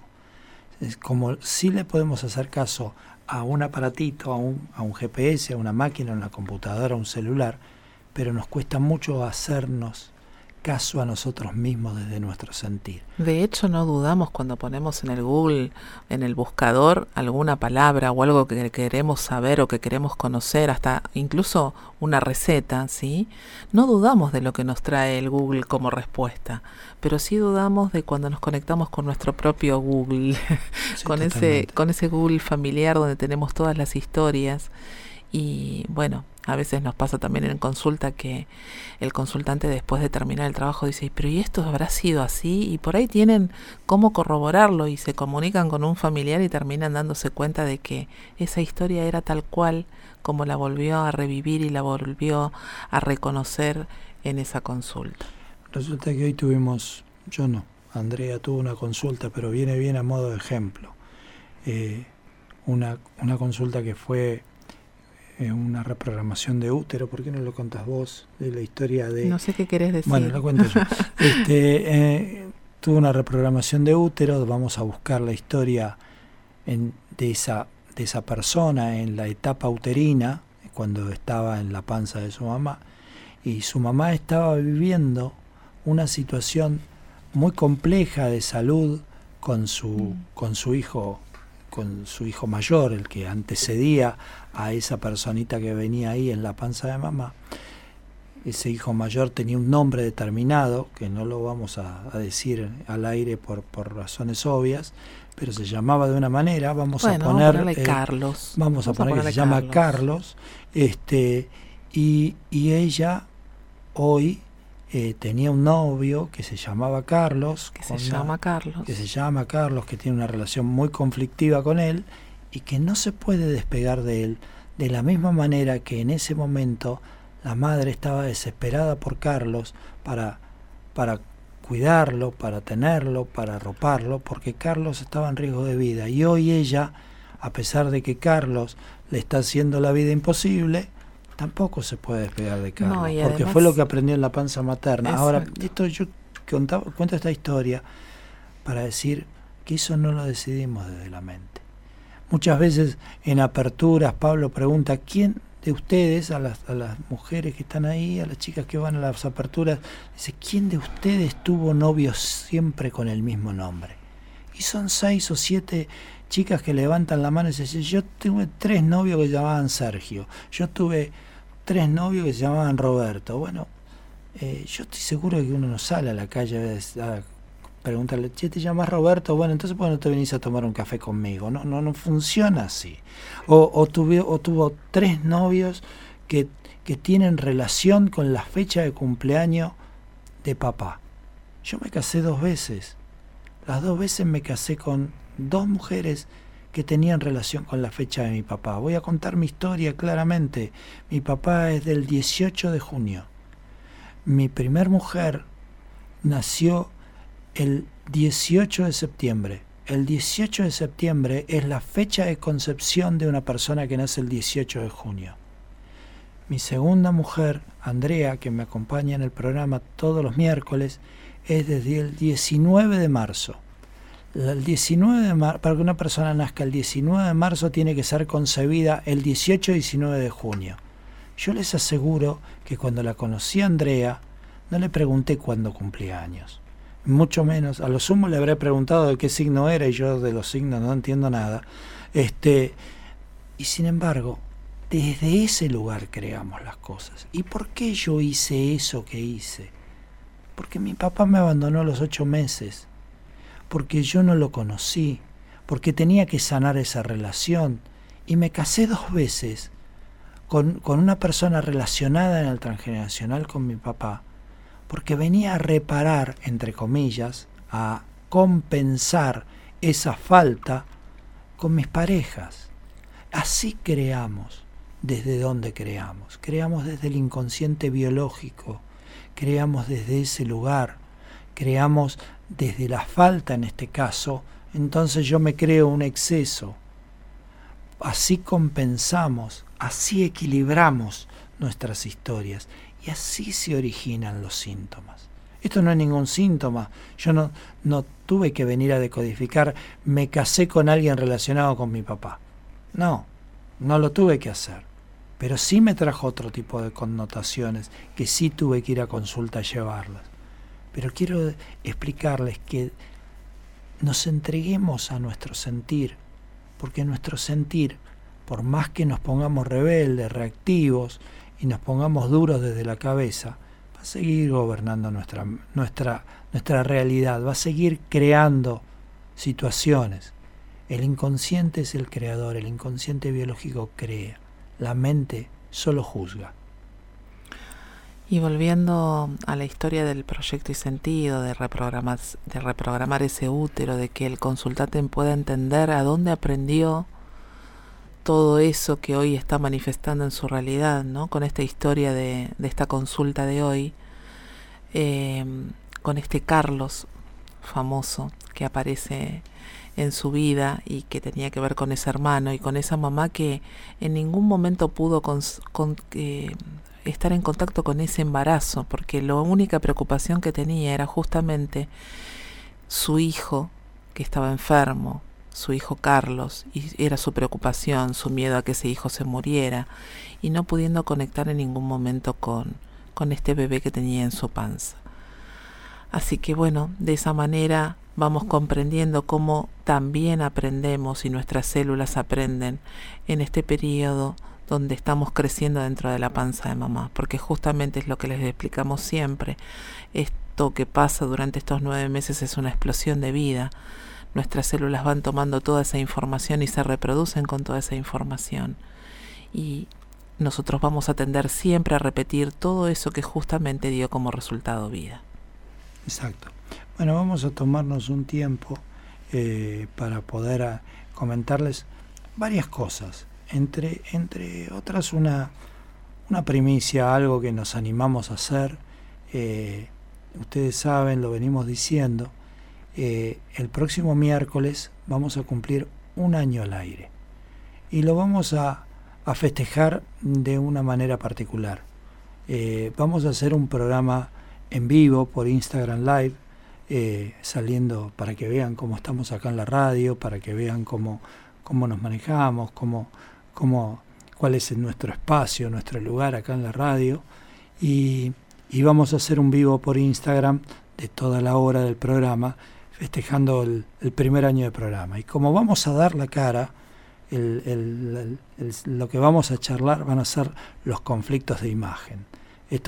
Es como si le podemos hacer caso a un aparatito, a un, a un G P S, a una máquina, a una computadora, a un celular, pero nos cuesta mucho hacernos caso a nosotros mismos desde nuestro sentir. De hecho, no dudamos cuando ponemos en el Google, en el buscador, alguna palabra o algo que queremos saber o que queremos conocer, hasta incluso una receta, ¿sí? No dudamos de lo que nos trae el Google como respuesta, pero sí dudamos de cuando nos conectamos con nuestro propio Google, sí, con ese, con ese Google familiar donde tenemos todas las historias. Y bueno, a veces nos pasa también en consulta que el consultante después de terminar el trabajo dice, pero ¿y esto habrá sido así? Y por ahí tienen cómo corroborarlo y se comunican con un familiar y terminan dándose cuenta de que esa historia era tal cual como la volvió a revivir y la volvió a reconocer en esa consulta. Resulta que hoy tuvimos, yo no, Andrea tuvo una consulta, pero viene bien a modo de ejemplo. Eh, una, una consulta que fue una reprogramación de útero. ¿Por qué no lo contás vos? De la historia de... No sé qué querés decir. Bueno, lo cuento yo. este, eh, tuvo una reprogramación de útero, vamos a buscar la historia en, de, esa, de esa persona en la etapa uterina, cuando estaba en la panza de su mamá, y su mamá estaba viviendo una situación muy compleja de salud con su, mm. con su hijo con su hijo mayor, el que antecedía a esa personita que venía ahí en la panza de mamá. Ese hijo mayor tenía un nombre determinado, que no lo vamos a, a decir al aire por, por razones obvias, pero se llamaba de una manera, vamos bueno, a poner... Vamos a eh, Carlos. Vamos, vamos a poner a que se llama Carlos, Carlos este, y, y ella hoy... Eh, tenía un novio que se llamaba Carlos, que se llama una, Carlos, que se llama Carlos, que tiene una relación muy conflictiva con él y que no se puede despegar de él, de la misma manera que en ese momento la madre estaba desesperada por Carlos para, para cuidarlo, para tenerlo, para arroparlo, porque Carlos estaba en riesgo de vida. Y hoy ella, a pesar de que Carlos le está haciendo la vida imposible, tampoco se puede despegar de Carlos, no, porque además, fue lo que aprendió en la panza materna. Exacto. Ahora, esto yo contaba, cuento esta historia para decir que eso no lo decidimos desde la mente. Muchas veces en aperturas Pablo pregunta, ¿quién de ustedes, a las, a las mujeres que están ahí, a las chicas que van a las aperturas, dice, ¿quién de ustedes tuvo novios siempre con el mismo nombre? Y son seis o siete chicas que levantan la mano y dicen, yo tuve tres novios que se llamaban Sergio, yo tuve tres novios que se llamaban Roberto. Bueno, eh, yo estoy seguro de que uno no sale a la calle a, a preguntarle, che, ¿te llamas Roberto? Bueno, entonces ¿por qué no te venís a tomar un café conmigo? No, no, no funciona así. O, o, tuve, o tuvo tres novios que, que tienen relación con la fecha de cumpleaños de papá. Yo me casé dos veces. Las dos veces me casé con dos mujeres que tenían relación con la fecha de mi papá. Voy a contar mi historia claramente. Mi papá es del dieciocho de junio. Mi primer mujer nació el dieciocho de septiembre. El dieciocho de septiembre es la fecha de concepción de una persona que nace el dieciocho de junio. Mi segunda mujer, Andrea, que me acompaña en el programa todos los miércoles, es desde el diecinueve de marzo. El diecinueve de marzo, para que una persona nazca el diecinueve de marzo, tiene que ser concebida el dieciocho y diecinueve de junio. Yo les aseguro que cuando la conocí a Andrea, no le pregunté cuándo cumplía años. Mucho menos, a lo sumo le habré preguntado de qué signo era, y yo de los signos no entiendo nada. Este, y sin embargo, desde ese lugar creamos las cosas. ¿Y por qué yo hice eso que hice? Porque mi papá me abandonó a los ocho meses, porque yo no lo conocí, porque tenía que sanar esa relación, y me casé dos veces con, con una persona relacionada en el transgeneracional con mi papá, porque venía a reparar, entre comillas, a compensar esa falta con mis parejas. Así creamos. ¿Desde dónde creamos? Creamos desde el inconsciente biológico, creamos desde ese lugar, creamos desde la falta en este caso, entonces yo me creo un exceso. Así compensamos, así equilibramos nuestras historias. Y así se originan los síntomas. Esto no es ningún síntoma. Yo no, no tuve que venir a decodificar, me casé con alguien relacionado con mi papá. No, no lo tuve que hacer. Pero sí me trajo otro tipo de connotaciones que sí tuve que ir a consulta a llevarlas. Pero quiero explicarles que nos entreguemos a nuestro sentir, porque nuestro sentir, por más que nos pongamos rebeldes, reactivos, y nos pongamos duros desde la cabeza, va a seguir gobernando nuestra, nuestra, nuestra realidad, va a seguir creando situaciones. El inconsciente es el creador, el inconsciente biológico crea, la mente solo juzga. Y volviendo a la historia del proyecto y sentido, de reprogramar, de reprogramar ese útero, de que el consultante pueda entender a dónde aprendió todo eso que hoy está manifestando en su realidad, ¿no? Con esta historia de, de esta consulta de hoy, eh, con este Carlos famoso que aparece en su vida y que tenía que ver con ese hermano y con esa mamá que en ningún momento pudo con, con, eh, estar en contacto con ese embarazo, porque la única preocupación que tenía era justamente su hijo que estaba enfermo, su hijo Carlos, y era su preocupación, su miedo a que ese hijo se muriera, y no pudiendo conectar en ningún momento con, con este bebé que tenía en su panza. Así que bueno, de esa manera vamos comprendiendo cómo también aprendemos y nuestras células aprenden en este periodo donde estamos creciendo dentro de la panza de mamá, porque justamente es lo que les explicamos siempre, esto que pasa durante estos nueve meses es una explosión de vida. Nuestras células van tomando toda esa información y se reproducen con toda esa información. Y nosotros vamos a tender siempre a repetir todo eso que justamente dio como resultado vida. Exacto. Bueno, vamos a tomarnos un tiempo eh, para poder a, comentarles varias cosas. Entre, entre otras, una, una primicia, algo que nos animamos a hacer. Eh, ustedes saben, lo venimos diciendo. Eh, el próximo miércoles vamos a cumplir un año al aire y lo vamos a, a festejar de una manera particular. Eh, vamos a hacer un programa en vivo por Instagram Live, eh, saliendo para que vean cómo estamos acá en la radio, para que vean cómo, cómo nos manejamos, cómo, cómo, cuál es nuestro espacio, nuestro lugar acá en la radio, y, y vamos a hacer un vivo por Instagram de toda la hora del programa, festejando el, el primer año de programa. Y como vamos a dar la cara, el, el, el, el, lo que vamos a charlar van a ser los conflictos de imagen. Estos,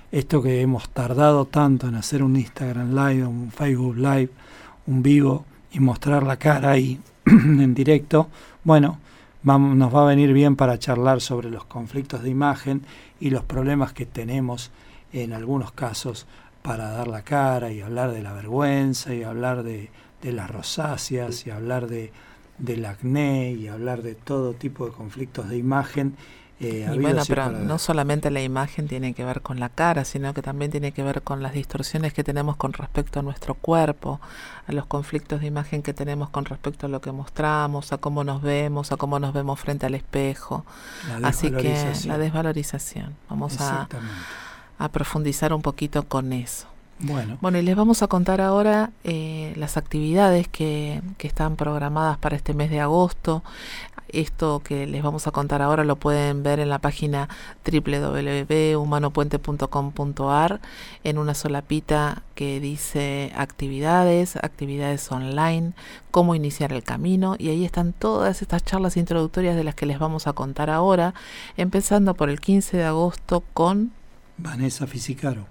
esto que hemos tardado tanto en hacer un Instagram Live, un Facebook Live, un vivo y mostrar la cara ahí en directo, bueno, vamos, nos va a venir bien para charlar sobre los conflictos de imagen y los problemas que tenemos en algunos casos para dar la cara y hablar de la vergüenza y hablar de, de las rosáceas y hablar de del acné y hablar de todo tipo de conflictos de imagen. Eh, y bueno, pero no solamente la imagen tiene que ver con la cara, sino que también tiene que ver con las distorsiones que tenemos con respecto a nuestro cuerpo, a los conflictos de imagen que tenemos con respecto a lo que mostramos, a cómo nos vemos, a cómo nos vemos frente al espejo. Así que la desvalorización. Vamos a, a profundizar un poquito con eso. Bueno. bueno, y les vamos a contar ahora eh, las actividades que, que están programadas para este mes de agosto. Esto que les vamos a contar ahora lo pueden ver en la página doble u doble u doble u punto humano puente punto com punto a r en una solapita que dice actividades, actividades online, cómo iniciar el camino, y ahí están todas estas charlas introductorias de las que les vamos a contar ahora, empezando por el quince de agosto con Vanessa Fisicaro.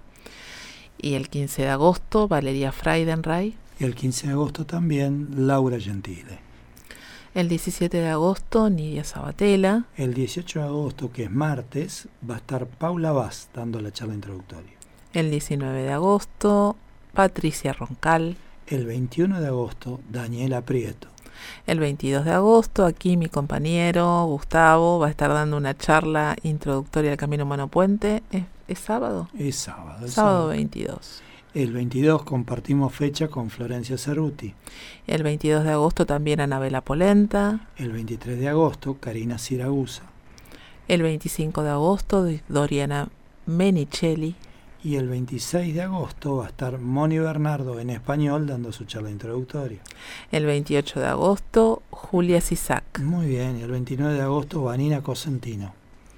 Y el quince de agosto, Valeria Freidenreich. Y el quince de agosto también, Laura Gentile. El diecisiete de agosto, Nidia Sabatella. El dieciocho de agosto, que es martes, va a estar Paula Vaz dando la charla introductoria. El diecinueve de agosto, Patricia Roncal. El veintiuno de agosto, Daniela Prieto. El veintidós de agosto, aquí mi compañero Gustavo va a estar dando una charla introductoria al Camino Humano Puente. ¿Es, es sábado? Es sábado. Es sábado, sábado veintidós. El veintidós compartimos fecha con Florencia Cerruti. El veintidós de agosto también Anabela Polenta. El veintitrés de agosto, Karina Siragusa. El veinticinco de agosto, Doriana Menicelli. Y el veintiséis de agosto va a estar Moni Bernardo en español dando su charla introductoria. El veintiocho de agosto, Julia Sisac. Muy bien, y el veintinueve de agosto, Vanina Cosentino.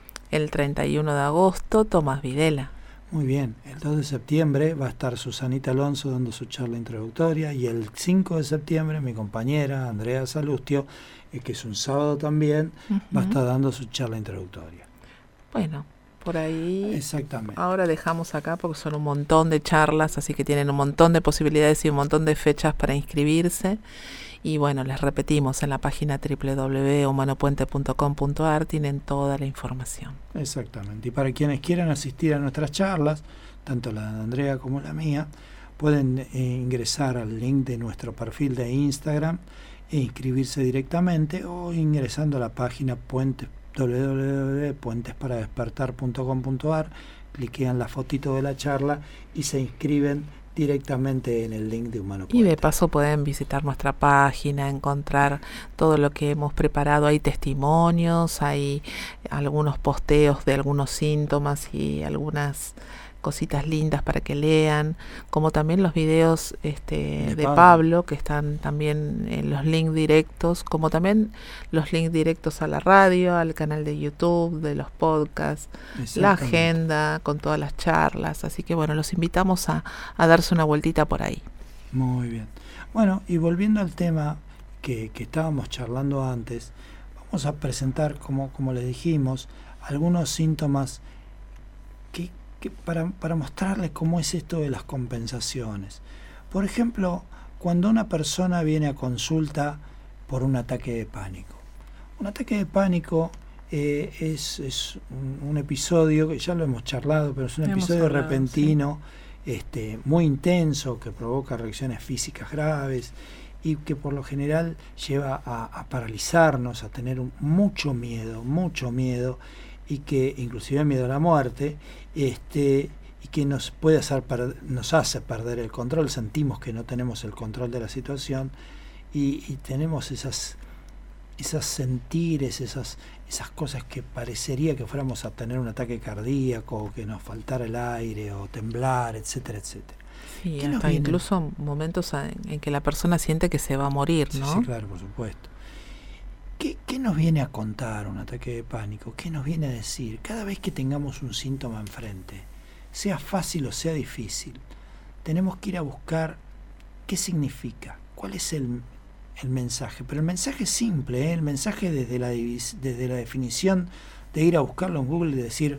El treinta y uno de agosto, Tomás Videla. Muy bien, el dos de septiembre va a estar Susanita Alonso dando su charla introductoria, y el cinco de septiembre mi compañera Andrea Salustio, eh, que es un sábado también, uh-huh. va a estar dando su charla introductoria. Bueno, por ahí. Exactamente. Ahora dejamos acá porque son un montón de charlas, así que tienen un montón de posibilidades y un montón de fechas para inscribirse. Y bueno, les repetimos, en la página doble u doble u doble u punto humano puente punto com punto a r tienen toda la información. Exactamente. Y para quienes quieran asistir a nuestras charlas, tanto la de Andrea como la mía, pueden eh, ingresar al link de nuestro perfil de Instagram e inscribirse directamente, o ingresando a la página puentes doble u doble u doble u punto puentes para despertar punto com punto a r, cliquean la fotito de la charla y se inscriben directamente en el link de Humano Puente. Y de paso pueden visitar nuestra página, encontrar todo lo que hemos preparado. Hay testimonios, hay algunos posteos de algunos síntomas y algunas cositas lindas para que lean, como también los videos este, de, de Pablo. Pablo, que están también en los links directos, como también los links directos a la radio, al canal de YouTube, de los podcasts, la agenda con todas las charlas. Así que bueno, los invitamos a, a darse una vueltita por ahí. Muy bien. Bueno, y volviendo al tema que, que estábamos charlando antes, vamos a presentar, como, como les dijimos, algunos síntomas que Que para, para mostrarles cómo es esto de las compensaciones. Por ejemplo, cuando una persona viene a consulta por un ataque de pánico. Un ataque de pánico eh, es, es un, un episodio que ya lo hemos charlado, pero es un hemos episodio hablado, repentino, sí. este, muy intenso, que provoca reacciones físicas graves y que por lo general lleva a, a paralizarnos, a tener un, mucho miedo, mucho miedo, y que inclusive miedo a la muerte, este, y que nos puede hacer per- nos hace perder el control. Sentimos que no tenemos el control de la situación y, y tenemos esas esas sentires, esas esas cosas que parecería que fuéramos a tener un ataque cardíaco, o que nos faltara el aire, o temblar, etcétera, etcétera. Sí, hasta incluso momentos en, en que la persona siente que se va a morir, ¿no? Sí, sí, claro, por supuesto. ¿Qué, ¿Qué nos viene a contar un ataque de pánico? ¿Qué nos viene a decir? Cada vez que tengamos un síntoma enfrente, sea fácil o sea difícil, tenemos que ir a buscar qué significa, cuál es el, el mensaje. Pero el mensaje es simple, ¿eh? El mensaje desde la, desde la definición de ir a buscarlo en Google y decir,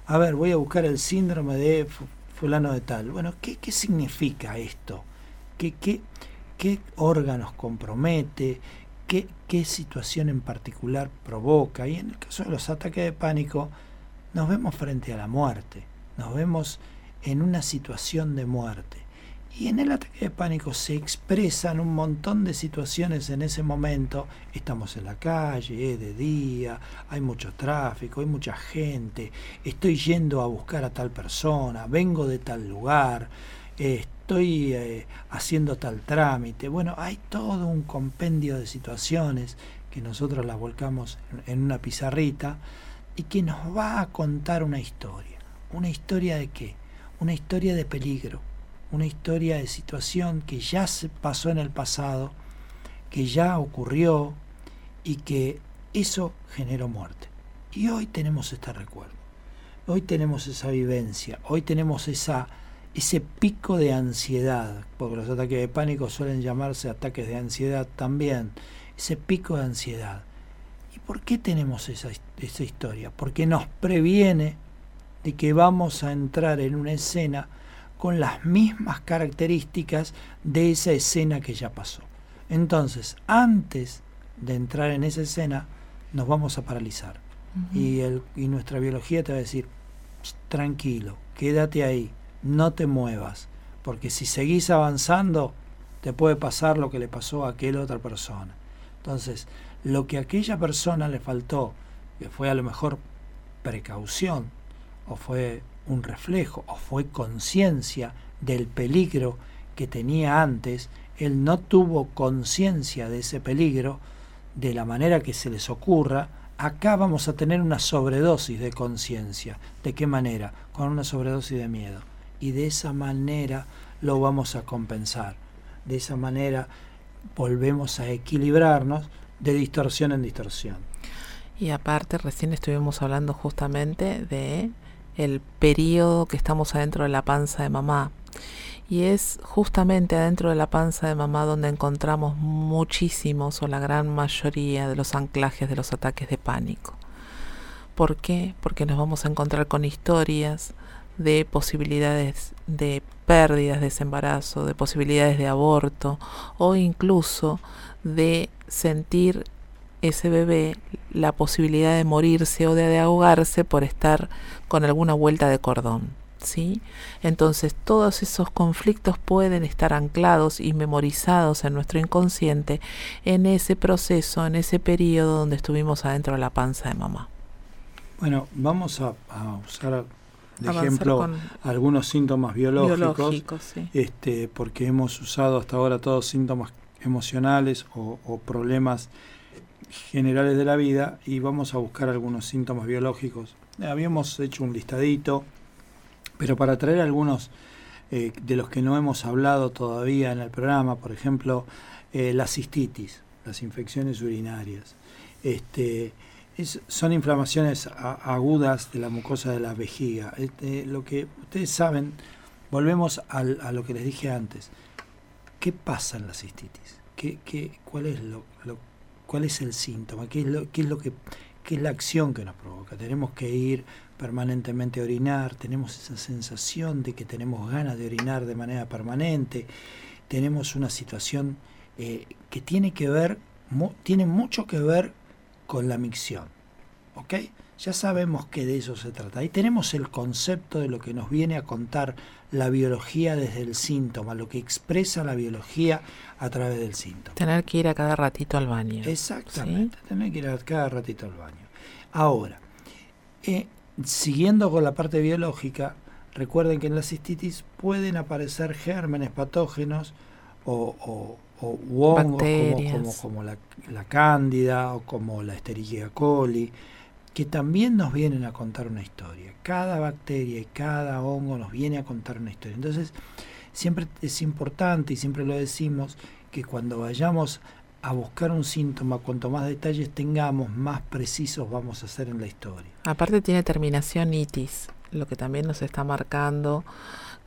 a ver, voy a buscar el síndrome de fulano de tal. Bueno, ¿qué, qué significa esto? ¿Qué, qué, qué órganos compromete? ¿Qué, ¿Qué situación en particular provoca? Y en el caso de los ataques de pánico, nos vemos frente a la muerte, nos vemos en una situación de muerte. Y en el ataque de pánico se expresan un montón de situaciones en ese momento. Estamos en la calle, es de día, hay mucho tráfico, hay mucha gente, estoy yendo a buscar a tal persona, vengo de tal lugar, eh, estoy eh, haciendo tal trámite. Bueno, hay todo un compendio de situaciones que nosotros las volcamos en una pizarrita y que nos va a contar una historia. ¿Una historia de qué? Una historia de peligro, una historia de situación que ya se pasó en el pasado, que ya ocurrió y que eso generó muerte. Y hoy tenemos este recuerdo, hoy tenemos esa vivencia, hoy tenemos esa ese pico de ansiedad, porque los ataques de pánico suelen llamarse ataques de ansiedad también, ese pico de ansiedad. ¿Y por qué tenemos esa, esa historia? Porque nos previene de que vamos a entrar en una escena con las mismas características de esa escena que ya pasó. Entonces, antes de entrar en esa escena, nos vamos a paralizar. Uh-huh. y, el, y nuestra biología te va a decir, tranquilo, quédate ahí, no te muevas, porque si seguís avanzando, te puede pasar lo que le pasó a aquella otra persona. Entonces, lo que a aquella persona le faltó, que fue a lo mejor precaución, o fue un reflejo, o fue conciencia del peligro que tenía antes, él no tuvo conciencia de ese peligro de la manera que se les ocurra. Acá vamos a tener una sobredosis de conciencia. ¿De qué manera? Con una sobredosis de miedo. Y de esa manera lo vamos a compensar. De esa manera volvemos a equilibrarnos de distorsión en distorsión. Y aparte, recién estuvimos hablando justamente de el periodo que estamos adentro de la panza de mamá. Y es justamente adentro de la panza de mamá donde encontramos muchísimos o la gran mayoría de los anclajes de los ataques de pánico. ¿Por qué? Porque nos vamos a encontrar con historias de posibilidades de pérdidas de ese embarazo, de posibilidades de aborto o incluso de sentir ese bebé la posibilidad de morirse o de, de ahogarse por estar con alguna vuelta de cordón, ¿sí? Entonces todos esos conflictos pueden estar anclados y memorizados en nuestro inconsciente en ese proceso, en ese periodo donde estuvimos adentro de la panza de mamá. Bueno, vamos a, a usar de ejemplo algunos síntomas biológicos, biológicos sí. este, porque hemos usado hasta ahora todos síntomas emocionales o, o problemas generales de la vida, y vamos a buscar algunos síntomas biológicos. Habíamos hecho un listadito, pero para traer algunos eh, de los que no hemos hablado todavía en el programa, por ejemplo, eh, la cistitis, las infecciones urinarias. Este, es, son inflamaciones a, agudas de la mucosa de la vejiga. Este, lo que ustedes saben, volvemos al, a lo que les dije antes. ¿Qué pasa en la cistitis? ¿Qué, qué, cuál es lo, lo ¿Cuál es el síntoma? ¿Qué es lo, qué es lo que, qué es la acción que nos provoca? Tenemos que ir permanentemente a orinar, tenemos esa sensación de que tenemos ganas de orinar de manera permanente, tenemos una situación eh, que tiene que ver, mu, tiene mucho que ver con la micción, ¿ok? Ya sabemos que de eso se trata. Ahí tenemos el concepto de lo que nos viene a contar la biología desde el síntoma, lo que expresa la biología a través del síntoma. Tener que ir a cada ratito al baño. Exactamente, ¿sí? Tener que ir a cada ratito al baño. Ahora, eh, siguiendo con la parte biológica, recuerden que en la cistitis pueden aparecer gérmenes patógenos o, o, o hongos como, como, como la, la cándida o como la Escherichia coli, que también nos vienen a contar una historia. Cada bacteria y cada hongo nos viene a contar una historia. Entonces, siempre es importante, y siempre lo decimos, que cuando vayamos a buscar un síntoma, cuanto más detalles tengamos, más precisos vamos a ser en la historia. Aparte tiene terminación itis, lo que también nos está marcando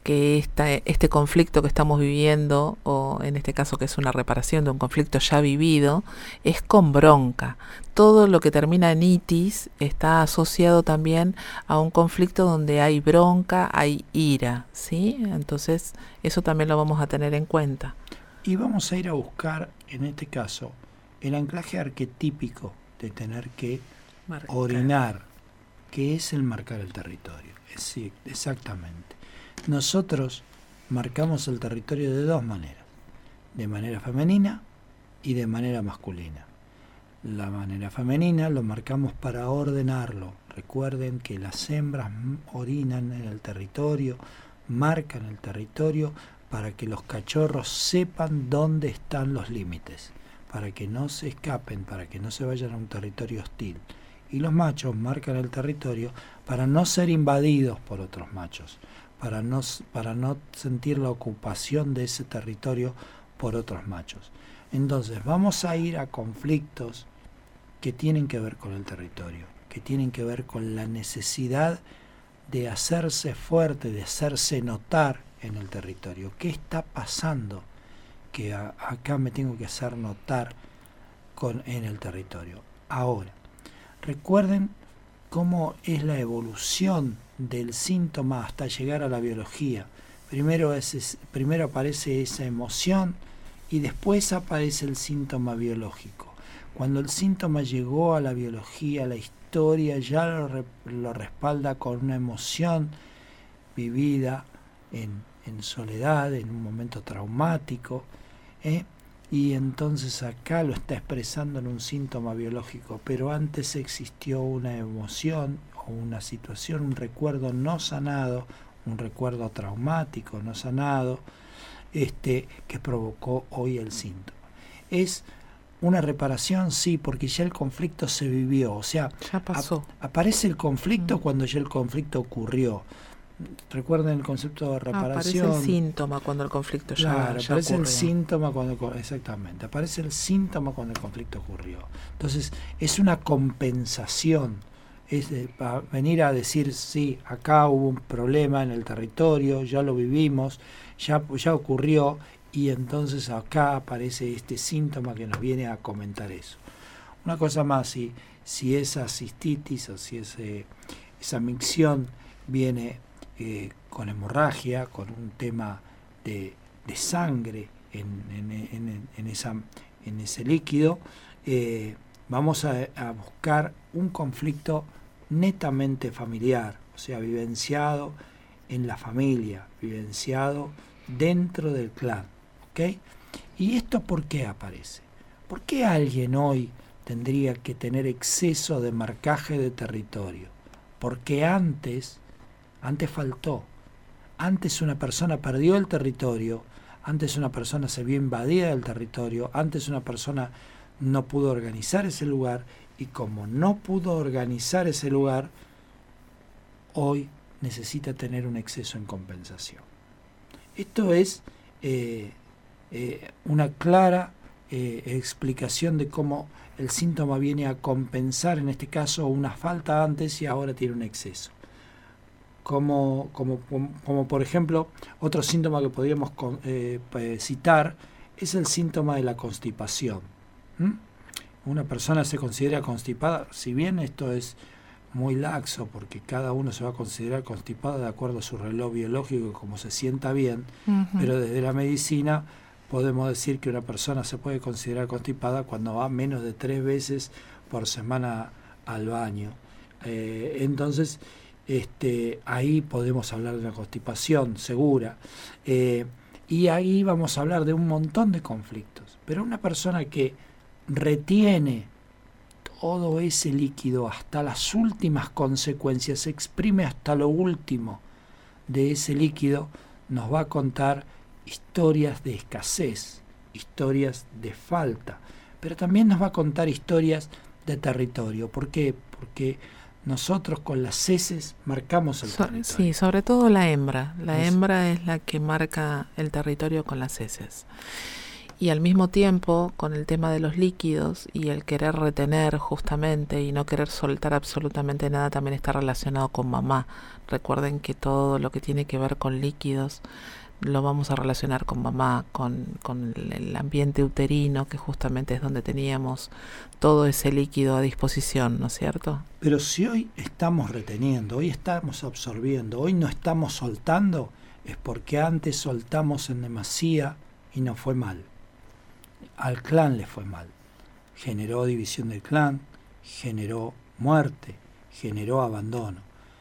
que esta, este conflicto que estamos viviendo, o en este caso que es una reparación de un conflicto ya vivido, es con bronca. Todo lo que termina en itis está asociado también a un conflicto donde hay bronca, hay ira, ¿sí? Entonces eso también lo vamos a tener en cuenta. Y vamos a ir a buscar, en este caso, el anclaje arquetípico de tener que marcar. Orinar, que es el marcar el territorio. Sí, exactamente. Nosotros marcamos el territorio de dos maneras, de manera femenina y de manera masculina. La manera femenina lo marcamos para ordenarlo. Recuerden que las hembras orinan en el territorio, marcan el territorio para que los cachorros sepan dónde están los límites, para que no se escapen, para que no se vayan a un territorio hostil. Y los machos marcan el territorio para no ser invadidos por otros machos, para no, para no sentir la ocupación de ese territorio por otros machos. Entonces vamos a ir a conflictos que tienen que ver con el territorio, que tienen que ver con la necesidad de hacerse fuerte, de hacerse notar en el territorio. ¿Qué está pasando? Que a, acá me tengo que hacer notar con, en el territorio. Ahora, recuerden cómo es la evolución del síntoma hasta llegar a la biología. Primero, es, primero aparece esa emoción y después aparece el síntoma biológico. Cuando el síntoma llegó a la biología, la historia ya lo, lo respalda con una emoción vivida en, en soledad, en un momento traumático, ¿eh? Y entonces acá lo está expresando en un síntoma biológico, pero antes existió una emoción o una situación, un recuerdo no sanado, un recuerdo traumático no sanado, este, que provocó hoy el síntoma. Es una reparación, sí, porque ya el conflicto se vivió, o sea, ya pasó. A, aparece el conflicto mm. cuando ya el conflicto ocurrió. Recuerden el concepto de reparación. Aparece el síntoma cuando el conflicto ya, claro, ya aparece ocurrió. el síntoma cuando exactamente, aparece el síntoma cuando el conflicto ocurrió. Entonces, es una compensación, es de, para venir a decir, sí, acá hubo un problema en el territorio, ya lo vivimos, ya, ya ocurrió, y entonces acá aparece este síntoma que nos viene a comentar eso. Una cosa más, si, si esa cistitis o si ese, esa micción viene Eh, con hemorragia, con un tema de, de sangre en, en, en, en, esa, en ese líquido, eh, vamos a, a buscar un conflicto netamente familiar, o sea, vivenciado en la familia, vivenciado dentro del clan, ¿ok? ¿Y esto por qué aparece? ¿Por qué alguien hoy tendría que tener exceso de marcaje de territorio? Porque antes Antes faltó, antes una persona perdió el territorio, antes una persona se vio invadida del territorio, antes una persona no pudo organizar ese lugar, y como no pudo organizar ese lugar, hoy necesita tener un exceso en compensación. Esto es eh, eh, una clara eh, explicación de cómo el síntoma viene a compensar, en este caso, una falta antes y ahora tiene un exceso. Como, como, como por ejemplo, otro síntoma que podríamos eh, citar es el síntoma de la constipación. ¿Mm? Una persona se considera constipada, si bien esto es muy laxo, porque cada uno se va a considerar constipado de acuerdo a su reloj biológico, como se sienta bien, uh-huh. Pero desde la medicina podemos decir que una persona se puede considerar constipada cuando va menos de tres veces por semana al baño. Eh, entonces, Este, ahí podemos hablar de una constipación segura, eh, y ahí vamos a hablar de un montón de conflictos. Pero una persona que retiene todo ese líquido hasta las últimas consecuencias, se exprime hasta lo último de ese líquido, nos va a contar historias de escasez, historias de falta, pero también nos va a contar historias de territorio. ¿Por qué? Porque nosotros con las heces marcamos el so, territorio. Sí, sobre todo la hembra. La es. hembra es la que marca el territorio con las heces. Y al mismo tiempo, con el tema de los líquidos y el querer retener justamente y no querer soltar absolutamente nada, también está relacionado con mamá. Recuerden que todo lo que tiene que ver con líquidos lo vamos a relacionar con mamá, con, con el ambiente uterino, que justamente es donde teníamos todo ese líquido a disposición, ¿no es cierto? Pero si hoy estamos reteniendo, hoy estamos absorbiendo, hoy no estamos soltando, es porque antes soltamos en demasía y nos fue mal. Al clan le fue mal. Generó división del clan, generó muerte, generó abandono.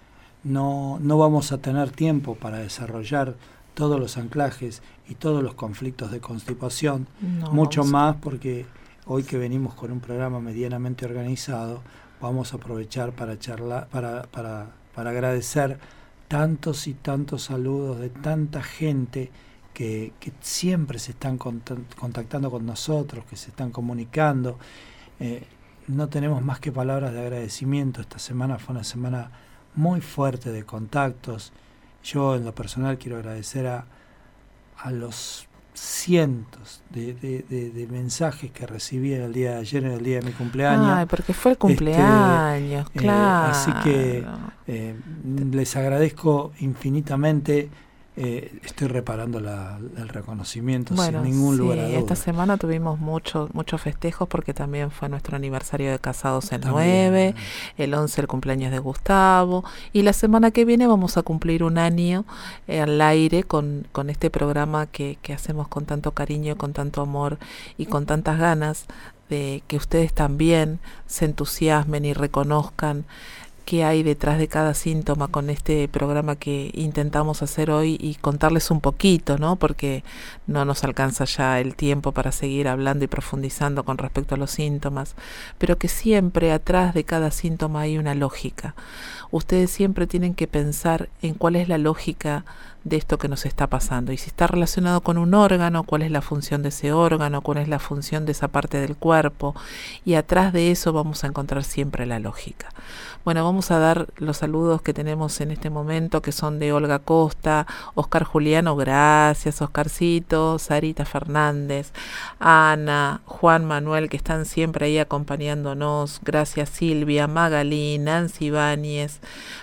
No, no vamos a tener tiempo para desarrollar todos los anclajes y todos los conflictos de constipación, no, mucho más porque hoy que venimos con un programa medianamente organizado, vamos a aprovechar para charlar, para, para, para agradecer tantos y tantos saludos de tanta gente que, que siempre se están contactando con nosotros, que se están comunicando. Eh, no tenemos más que palabras de agradecimiento. Esta semana fue una semana muy fuerte de contactos. Yo en lo personal quiero agradecer a, a los cientos de, de, de, de mensajes que recibí en el día de ayer, en el día de mi cumpleaños. Ay, porque fue el cumpleaños, este, claro. Eh, así que eh, les agradezco infinitamente. Eh, estoy reparando la, el reconocimiento, bueno, sin ningún sí, lugar a duda. Esta semana tuvimos muchos muchos festejos porque también fue nuestro aniversario de casados el también. nueve, el once el cumpleaños de Gustavo, y la semana que viene vamos a cumplir un año eh, al aire con, con este programa que, que hacemos con tanto cariño, con tanto amor y con tantas ganas de que ustedes también se entusiasmen y reconozcan qué hay detrás de cada síntoma con este programa que intentamos hacer hoy y contarles un poquito, ¿no? Porque no nos alcanza ya el tiempo para seguir hablando y profundizando con respecto a los síntomas, pero que siempre atrás de cada síntoma hay una lógica. Ustedes siempre tienen que pensar en cuál es la lógica de esto que nos está pasando y si está relacionado con un órgano, cuál es la función de ese órgano, cuál es la función de esa parte del cuerpo, y atrás de eso vamos a encontrar siempre la lógica. Bueno, vamos a dar los saludos que tenemos en este momento, que son de Olga Costa, Oscar Juliano, gracias Oscarcito, Sarita Fernández, Ana, Juan Manuel, que están siempre ahí acompañándonos, gracias Silvia, Magalí, Nancy Ibáñez,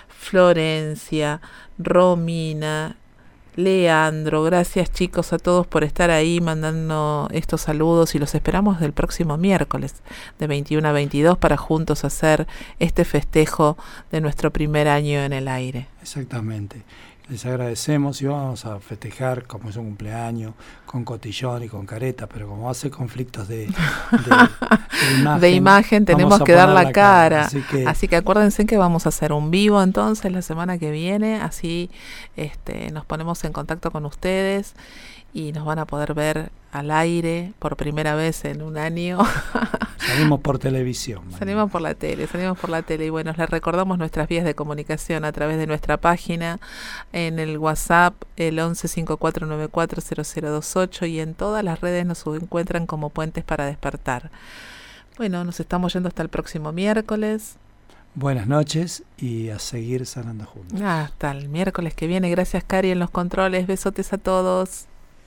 Florencia, Romina, Leandro, gracias chicos a todos por estar ahí mandando estos saludos y los esperamos del próximo miércoles de veintiuno a veintidós para juntos hacer este festejo de nuestro primer año en el aire. Exactamente. Les agradecemos y vamos a festejar como es un cumpleaños, con cotillón y con careta, pero como hace conflictos de, de, de imagen, de imagen tenemos que dar la, la cara. cara. Así, que, así que acuérdense que vamos a hacer un vivo entonces la semana que viene, así este, nos ponemos en contacto con ustedes y nos van a poder ver al aire por primera vez en un año. Salimos por televisión. Man. Salimos por la tele, salimos por la tele y bueno, les recordamos nuestras vías de comunicación a través de nuestra página, en el WhatsApp, el once cinco cuatro nueve cuatro cero cero dos ocho y en todas las redes nos encuentran como Puentes para Despertar. Bueno, nos estamos yendo hasta el próximo miércoles. Buenas noches y a seguir sanando juntos. Hasta el miércoles que viene. Gracias Cari en los controles. Besotes a todos.